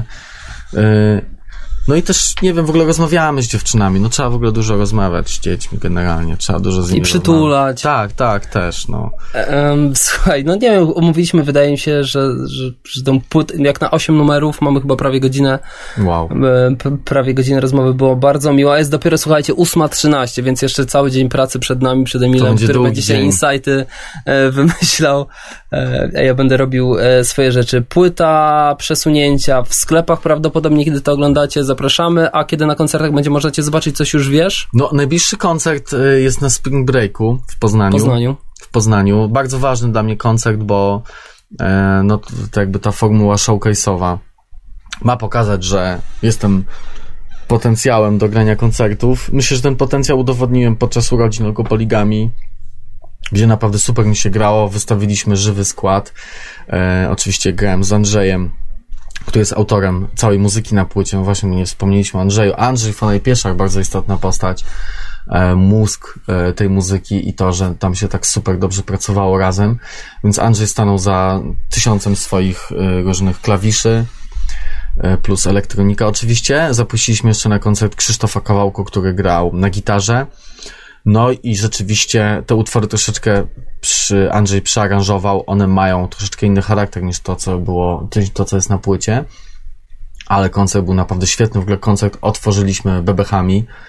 No i też, nie wiem, w ogóle rozmawiamy z dziewczynami, no trzeba w ogóle dużo rozmawiać z dziećmi generalnie, trzeba dużo z nimi I przytulać. Rozmawiać. Tak, tak, też, no. Um, słuchaj, no nie wiem, omówiliśmy, wydaje mi się, że, że, że tą płyt, jak na osiem numerów, mamy chyba prawie godzinę, wow. p- prawie godzinę rozmowy, było bardzo miło, jest dopiero, słuchajcie, ósma trzynaście, więc jeszcze cały dzień pracy przed nami, przed Emilem, będzie który będzie się insighty e, wymyślał, e, a ja będę robił e, swoje rzeczy. Płyta, przesunięcia w sklepach prawdopodobnie, kiedy to oglądacie, zapraszamy, a kiedy na koncertach będzie można cię zobaczyć, coś już wiesz? No, najbliższy koncert jest na Spring Breaku w Poznaniu. W Poznaniu. W Poznaniu. Bardzo ważny dla mnie koncert, bo e, no, to jakby ta formuła showcase'owa ma pokazać, że jestem potencjałem do grania koncertów. Myślę, że ten potencjał udowodniłem podczas urodzin Logopoligami, gdzie naprawdę super mi się grało. Wystawiliśmy żywy skład. E, oczywiście grałem z Andrzejem, który jest autorem całej muzyki na płycie. No właśnie, my nie wspomnieliśmy o Andrzeju. Andrzej Fonaj-Pieszak, bardzo istotna postać, e, mózg e, tej muzyki i to, że tam się tak super dobrze pracowało razem. Więc Andrzej stanął za tysiącem swoich e, różnych klawiszy, e, plus elektronika oczywiście. Zaprosiliśmy jeszcze na koncert Krzysztofa Kawałko, który grał na gitarze. No i rzeczywiście te utwory troszeczkę przy Andrzej przearanżował, one mają troszeczkę inny charakter niż to, co było, to, co jest na płycie, ale koncert był naprawdę świetny, w ogóle koncert otworzyliśmy bebechami,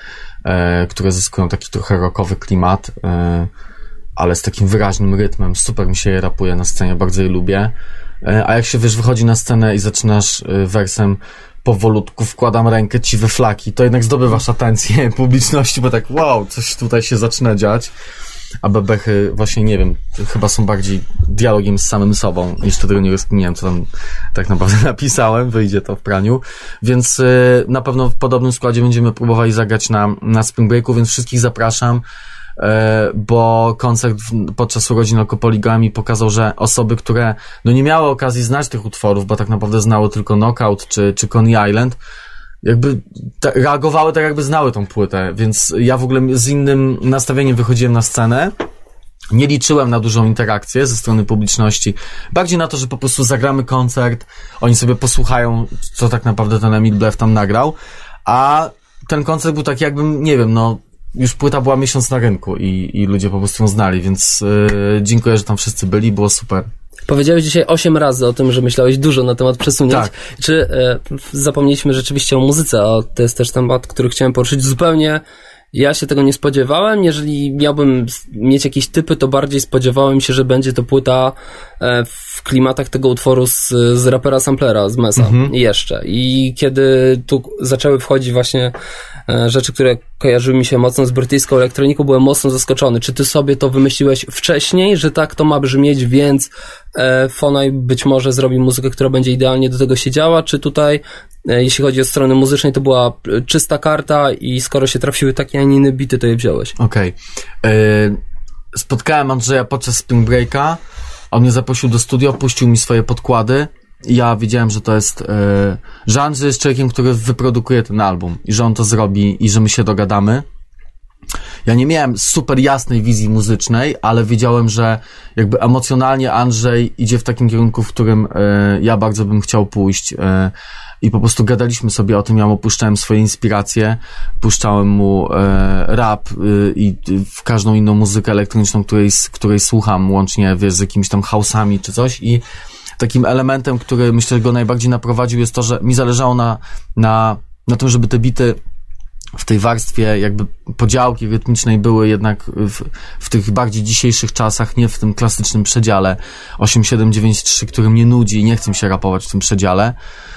e, które zyskują taki trochę rockowy klimat, e, ale z takim wyraźnym rytmem. Super mi się je rapuje na scenie, bardzo je lubię. E, a jak się, wiesz, wychodzi na scenę i zaczynasz e, wersem powolutku wkładam rękę ci we flaki, to jednak zdobywasz atencję publiczności, bo tak wow, coś tutaj się zaczyna dziać. A bebechy właśnie, nie wiem, chyba są bardziej dialogiem z samym sobą. Jeszcze tego nie rozkminiłem, co tam tak naprawdę napisałem, wyjdzie to w praniu. Więc y, na pewno w podobnym składzie będziemy próbowali zagrać na, na Spring Breaku, więc wszystkich zapraszam, y, bo koncert w, podczas urodzin Alkopoligami pokazał, że osoby, które no nie miały okazji znać tych utworów, bo tak naprawdę znały tylko Knockout czy, czy Coney Island, jakby ta, reagowały tak, jakby znały tą płytę, więc ja w ogóle z innym nastawieniem wychodziłem na scenę. Nie liczyłem na dużą interakcję ze strony publiczności. Bardziej na to, że po prostu zagramy koncert, oni sobie posłuchają, co tak naprawdę ten Emil Blew tam nagrał, a ten koncert był taki jakbym, nie wiem, no już płyta była miesiąc na rynku i, i ludzie po prostu ją znali, więc yy, dziękuję, że tam wszyscy byli, było super. Powiedziałeś dzisiaj osiem razy o tym, że myślałeś dużo na temat przesunięć. Tak. Czy e, zapomnieliśmy rzeczywiście o muzyce, a to jest też temat, który chciałem poruszyć zupełnie. Ja się tego nie spodziewałem. Jeżeli miałbym mieć jakieś typy, to bardziej spodziewałem się, że będzie to płyta e, w klimatach tego utworu z, z rapera Samplera, z Mesa mhm. jeszcze. I kiedy tu zaczęły wchodzić właśnie e, rzeczy, które kojarzyły mi się mocno z brytyjską elektroniką, byłem mocno zaskoczony. Czy ty sobie to wymyśliłeś wcześniej, że tak to ma brzmieć, więc e, Fonaj być może zrobi muzykę, która będzie idealnie do tego siedziała, czy tutaj e, jeśli chodzi o stronę muzycznej, to była czysta karta i skoro się trafiły takie, a nie inne bity, to je wziąłeś? Okej. Okay. Spotkałem Andrzeja podczas Spring Breaka, on mnie zaprosił do studia, puścił mi swoje podkłady i ja wiedziałem, że to jest, yy, że Andrzej jest człowiekiem, który wyprodukuje ten album i że on to zrobi i że my się dogadamy. Ja nie miałem super jasnej wizji muzycznej, ale wiedziałem, że jakby emocjonalnie Andrzej idzie w takim kierunku, w którym yy, ja bardzo bym chciał pójść. Yy, I po prostu gadaliśmy sobie o tym, ja mu puszczałem swoje inspiracje, puszczałem mu e, rap e, i w każdą inną muzykę elektroniczną, której, której słucham, łącznie wiesz, z jakimiś tam house'ami czy coś i takim elementem, który myślę, że go najbardziej naprowadził jest to, że mi zależało na, na, na tym, żeby te bity w tej warstwie jakby podziałki rytmicznej były jednak w, w tych bardziej dzisiejszych czasach, nie w tym klasycznym przedziale osiem siedem dziewięć trzy, który mnie nudzi i nie chcę mi się rapować w tym przedziale.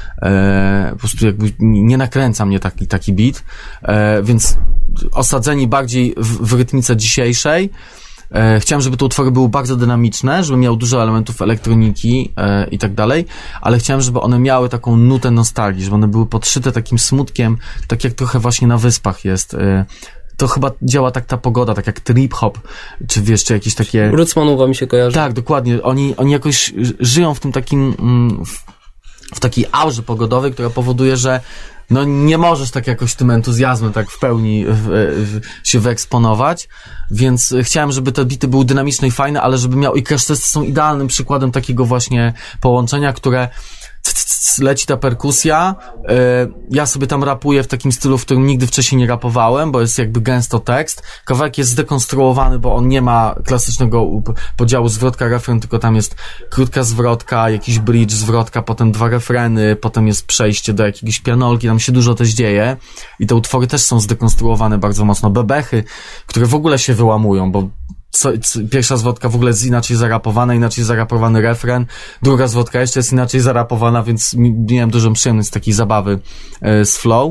E, po prostu jakby nie nakręca mnie taki, taki beat, e, więc osadzeni bardziej w, w rytmice dzisiejszej. E, chciałem, żeby te utwory były bardzo dynamiczne, żeby miały dużo elementów elektroniki e, i tak dalej, ale chciałem, żeby one miały taką nutę nostalgii, żeby one były podszyte takim smutkiem, tak jak trochę właśnie na Wyspach jest. E, to chyba działa tak ta pogoda, tak jak trip-hop, czy wiesz, czy jakieś takie... Rootsmanowa mi się kojarzy. Tak, dokładnie. Oni, oni jakoś żyją w tym takim... Mm, w, w takiej aurze pogodowej, która powoduje, że no nie możesz tak jakoś tym entuzjazmem tak w pełni w, w, się wyeksponować, więc chciałem, żeby te bity były dynamiczne i fajne, ale żeby miał i crash testy są idealnym przykładem takiego właśnie połączenia, które leci ta perkusja, yy, ja sobie tam rapuję w takim stylu, w którym nigdy wcześniej nie rapowałem, bo jest jakby gęsto tekst, kawałek jest zdekonstruowany, bo on nie ma klasycznego podziału zwrotka-refren, tylko tam jest krótka zwrotka, jakiś bridge, zwrotka, potem dwa refreny, potem jest przejście do jakiegoś pianolki, tam się dużo też dzieje i te utwory też są zdekonstruowane bardzo mocno, bebechy, które w ogóle się wyłamują, bo Co, co, pierwsza zwrotka w ogóle jest inaczej zarapowana, inaczej zarapowany refren, druga zwrotka jeszcze jest inaczej zarapowana, więc miałem dużą przyjemność z takiej zabawy e, z flow.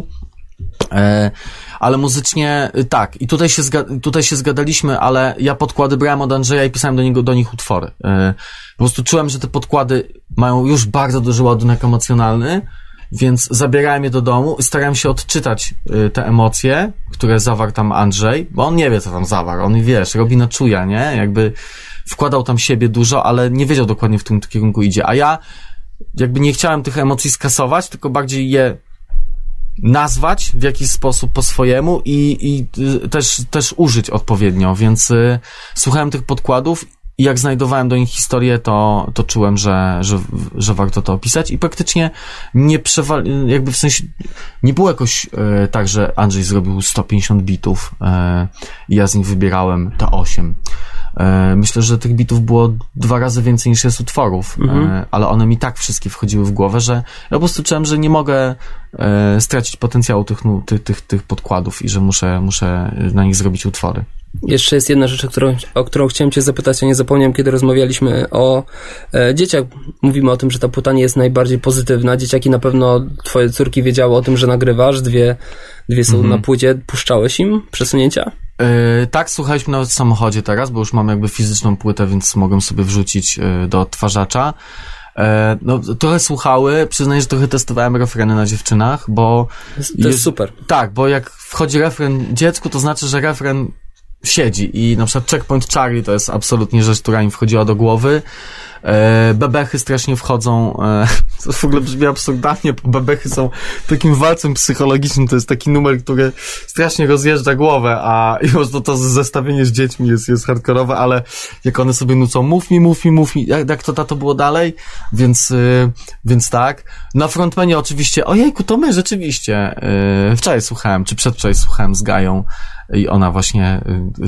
E, ale muzycznie e, tak, i tutaj się, zga- tutaj się zgadaliśmy, ale ja podkłady brałem od Andrzeja i pisałem do niego, do nich utwory. E, po prostu czułem, że te podkłady mają już bardzo duży ładunek emocjonalny, więc zabierałem je do domu i starałem się odczytać y, te emocje, które zawarł tam Andrzej, bo on nie wie, co tam zawarł, on, wiesz, robi na czuja, nie? Jakby wkładał tam siebie dużo, ale nie wiedział dokładnie, w którym kierunku idzie, a ja jakby nie chciałem tych emocji skasować, tylko bardziej je nazwać w jakiś sposób po swojemu i, i y, też, też użyć odpowiednio, więc y, słuchałem tych podkładów I jak znajdowałem do nich historię, to, to czułem, że, że, że warto to opisać i praktycznie nie przewal... jakby w sensie nie było jakoś e, tak, że Andrzej zrobił sto pięćdziesiąt bitów e, i ja z nich wybierałem te osiem. E, myślę, że tych bitów było dwa razy więcej niż jest utworów, mhm. e, ale one mi tak wszystkie wchodziły w głowę, że ja po prostu czułem, że nie mogę e, stracić potencjału tych, no, tych, tych, tych podkładów i że muszę, muszę na nich zrobić utwory. Jeszcze jest jedna rzecz, o którą, o którą chciałem cię zapytać, a nie zapomniałem, kiedy rozmawialiśmy o e, dzieciach. Mówimy o tym, że ta płyta nie jest najbardziej pozytywna. Dzieciaki na pewno, twoje córki wiedziały o tym, że nagrywasz. Dwie, dwie są mhm. na płycie. Puszczałeś im przesunięcia? Yy, tak, słuchaliśmy nawet w samochodzie teraz, bo już mam jakby fizyczną płytę, więc mogłem sobie wrzucić yy, do odtwarzacza. No, trochę słuchały, przyznaję, że trochę testowałem refreny na dziewczynach, bo... To jest, jest super. Tak, bo jak wchodzi refren dziecku, to znaczy, że refren siedzi i na przykład Checkpoint Charlie to jest absolutnie rzecz, która im wchodziła do głowy. E, bebechy strasznie wchodzą, e, to w ogóle brzmi absurdalnie, bo bebechy są takim walcem psychologicznym, to jest taki numer, który strasznie rozjeżdża głowę, a i może to zestawienie z dziećmi jest, jest hardkorowe, ale jak one sobie nucą, mów mi, mów mi, mów mi, jak, jak to tato było dalej, więc, y, więc tak. Na frontmanie oczywiście, ojejku, to my rzeczywiście, y, wczoraj słuchałem, czy przedwczoraj słuchałem z Gają, i ona właśnie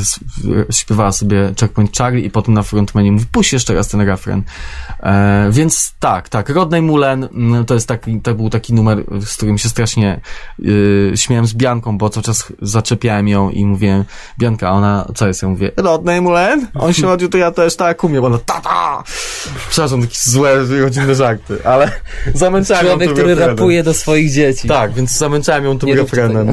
y, śpiewała sobie Checkpoint Charlie i potem na frontmanie mówi, puść jeszcze raz ten refren. E, więc tak, tak, Rodney Mullen to jest taki, to był taki numer, z którym się strasznie y, śmiałem z Bianką, bo cały czas zaczepiałem ją i mówiłem, Bianka, ona, co jest? Ja mówię, Rodney Mullen? On się rodził, to ja też tak umiem. Ona, tata! Przepraszam, takie złe, rodzinne żarty, ale zamęczałem ją tym Człowiek, który refrenem. rapuje do swoich dzieci. Tak, więc zamęczałem ją tym Nie refrenem.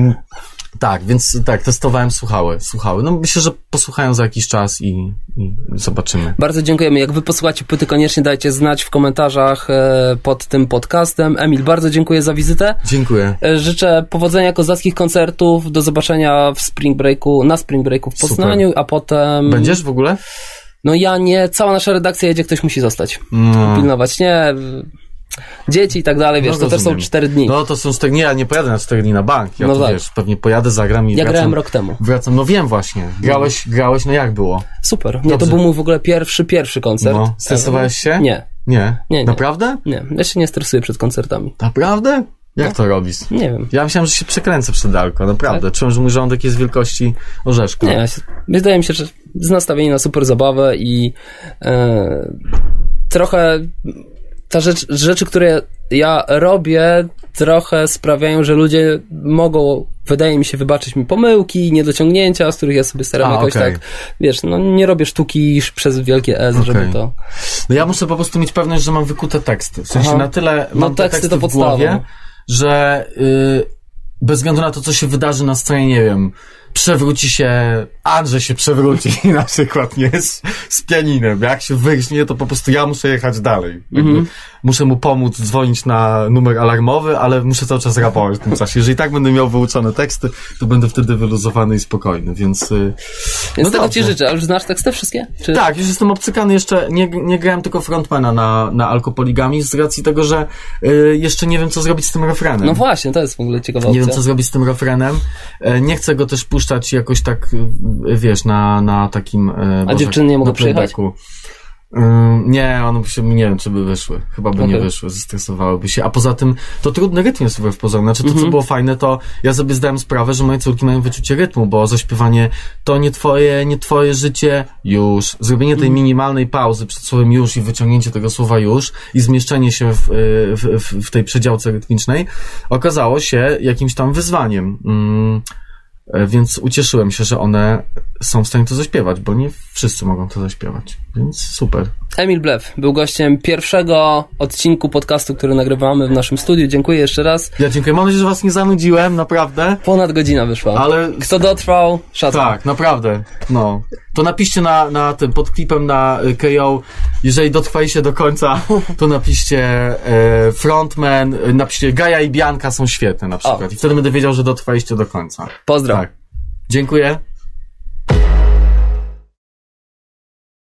Tak, więc tak, testowałem, słuchały, słuchały. No myślę, że posłuchają za jakiś czas i, i zobaczymy. Bardzo dziękujemy. Jak wy posłuchacie płyty, koniecznie dajcie znać w komentarzach e, pod tym podcastem. Emil, bardzo dziękuję za wizytę. Dziękuję. E, życzę powodzenia kozackich koncertów, do zobaczenia w Spring Breaku, na Spring Breaku w Poznaniu, super. A potem... Będziesz w ogóle? No ja nie, cała nasza redakcja jedzie, ktoś musi zostać. No. Pilnować, nie... Dzieci i tak dalej, wiesz, no, to też są cztery dni. No to są cztery dni, ja nie pojadę na cztery dni na bank. Ja no tu, tak. wiesz, pewnie pojadę, zagram i ja wracam. grałem rok temu. Wracam, no wiem właśnie. Grałeś, no. grałeś, no jak było? Super. Nie, Dobrze. To był mój w ogóle pierwszy, pierwszy koncert. No. Stresowałeś się? Nie. Nie? Nie, nie. Naprawdę? Nie, ja się nie stresuję przed koncertami. Naprawdę? Jak no. to robisz? Nie wiem. Ja myślałem, że się przekręcę przed Dalko, naprawdę. Tak? Czułem, że mój żołądek jest wielkości orzeszka. Nie, wydaje mi się, że z nastawieniem na super zabawę i e, trochę ta rzecz, rzeczy, które ja robię, trochę sprawiają, że ludzie mogą, wydaje mi się, wybaczyć mi pomyłki, niedociągnięcia, z których ja sobie staram A, jakoś okay. tak, wiesz, no nie robię sztuki przez wielkie S, okay. żeby to... No ja muszę po prostu mieć pewność, że mam wykute teksty. W sensie Aha. na tyle no, mam te teksty teksty to w głowie, że yy, bez względu na to, co się wydarzy na scenie, nie wiem, przewróci się, Andrzej się przewróci na przykład, nie? Z, z pianinem. Jak się wyrśnie, to po prostu ja muszę jechać dalej. Mm-hmm. Muszę mu pomóc dzwonić na numer alarmowy, ale muszę cały czas rapować w tym czasie. Jeżeli tak będę miał wyuczone teksty, to będę wtedy wyluzowany i spokojny, więc... Yy, więc no tego ci życzę. Ale już znasz teksty wszystkie? Czy... Tak, już jestem obcykany jeszcze, nie, nie grałem tylko frontmana na, na Alkopoligami z racji tego, że yy, jeszcze nie wiem, co zrobić z tym refrenem. No właśnie, to jest w ogóle ciekawa opcja. Nie wiem, co zrobić z tym refrenem. Yy, nie chcę go też puszczać jakoś tak, wiesz, na, na takim... Yy, A dziewczyny nie mogą przyjechać? Um, nie, one się, nie wiem, czy by wyszły. Chyba by okay. nie wyszły, zestresowałyby się. A poza tym, to trudny rytm jest w pozoru. Znaczy, to, mm-hmm. co było fajne, to ja sobie zdałem sprawę, że moje córki mają wyczucie rytmu, bo zaśpiewanie to nie twoje, nie twoje życie, już. Zrobienie tej mm. minimalnej pauzy przed słowem już i wyciągnięcie tego słowa już i zmieszczenie się w, w, w, w tej przedziałce rytmicznej okazało się jakimś tam wyzwaniem. Mm. Więc ucieszyłem się, że one są w stanie to zaśpiewać, bo nie wszyscy mogą to zaśpiewać, więc super. Emil Blef był gościem pierwszego odcinku podcastu, który nagrywamy w naszym studiu. Dziękuję jeszcze raz. Ja dziękuję. Mam nadzieję, że was nie zanudziłem, naprawdę. Ponad godzina wyszła. Ale... Kto dotrwał, szacun. Tak, naprawdę. No. To napiszcie na, na tym, pod klipem na K O, jeżeli dotrwaliście do końca, to napiszcie e, frontman, napiszcie Gaja i Bianka są świetne na przykład. O. I wtedy będę wiedział, że dotrwaliście do końca. Pozdro. Tak. Dziękuję.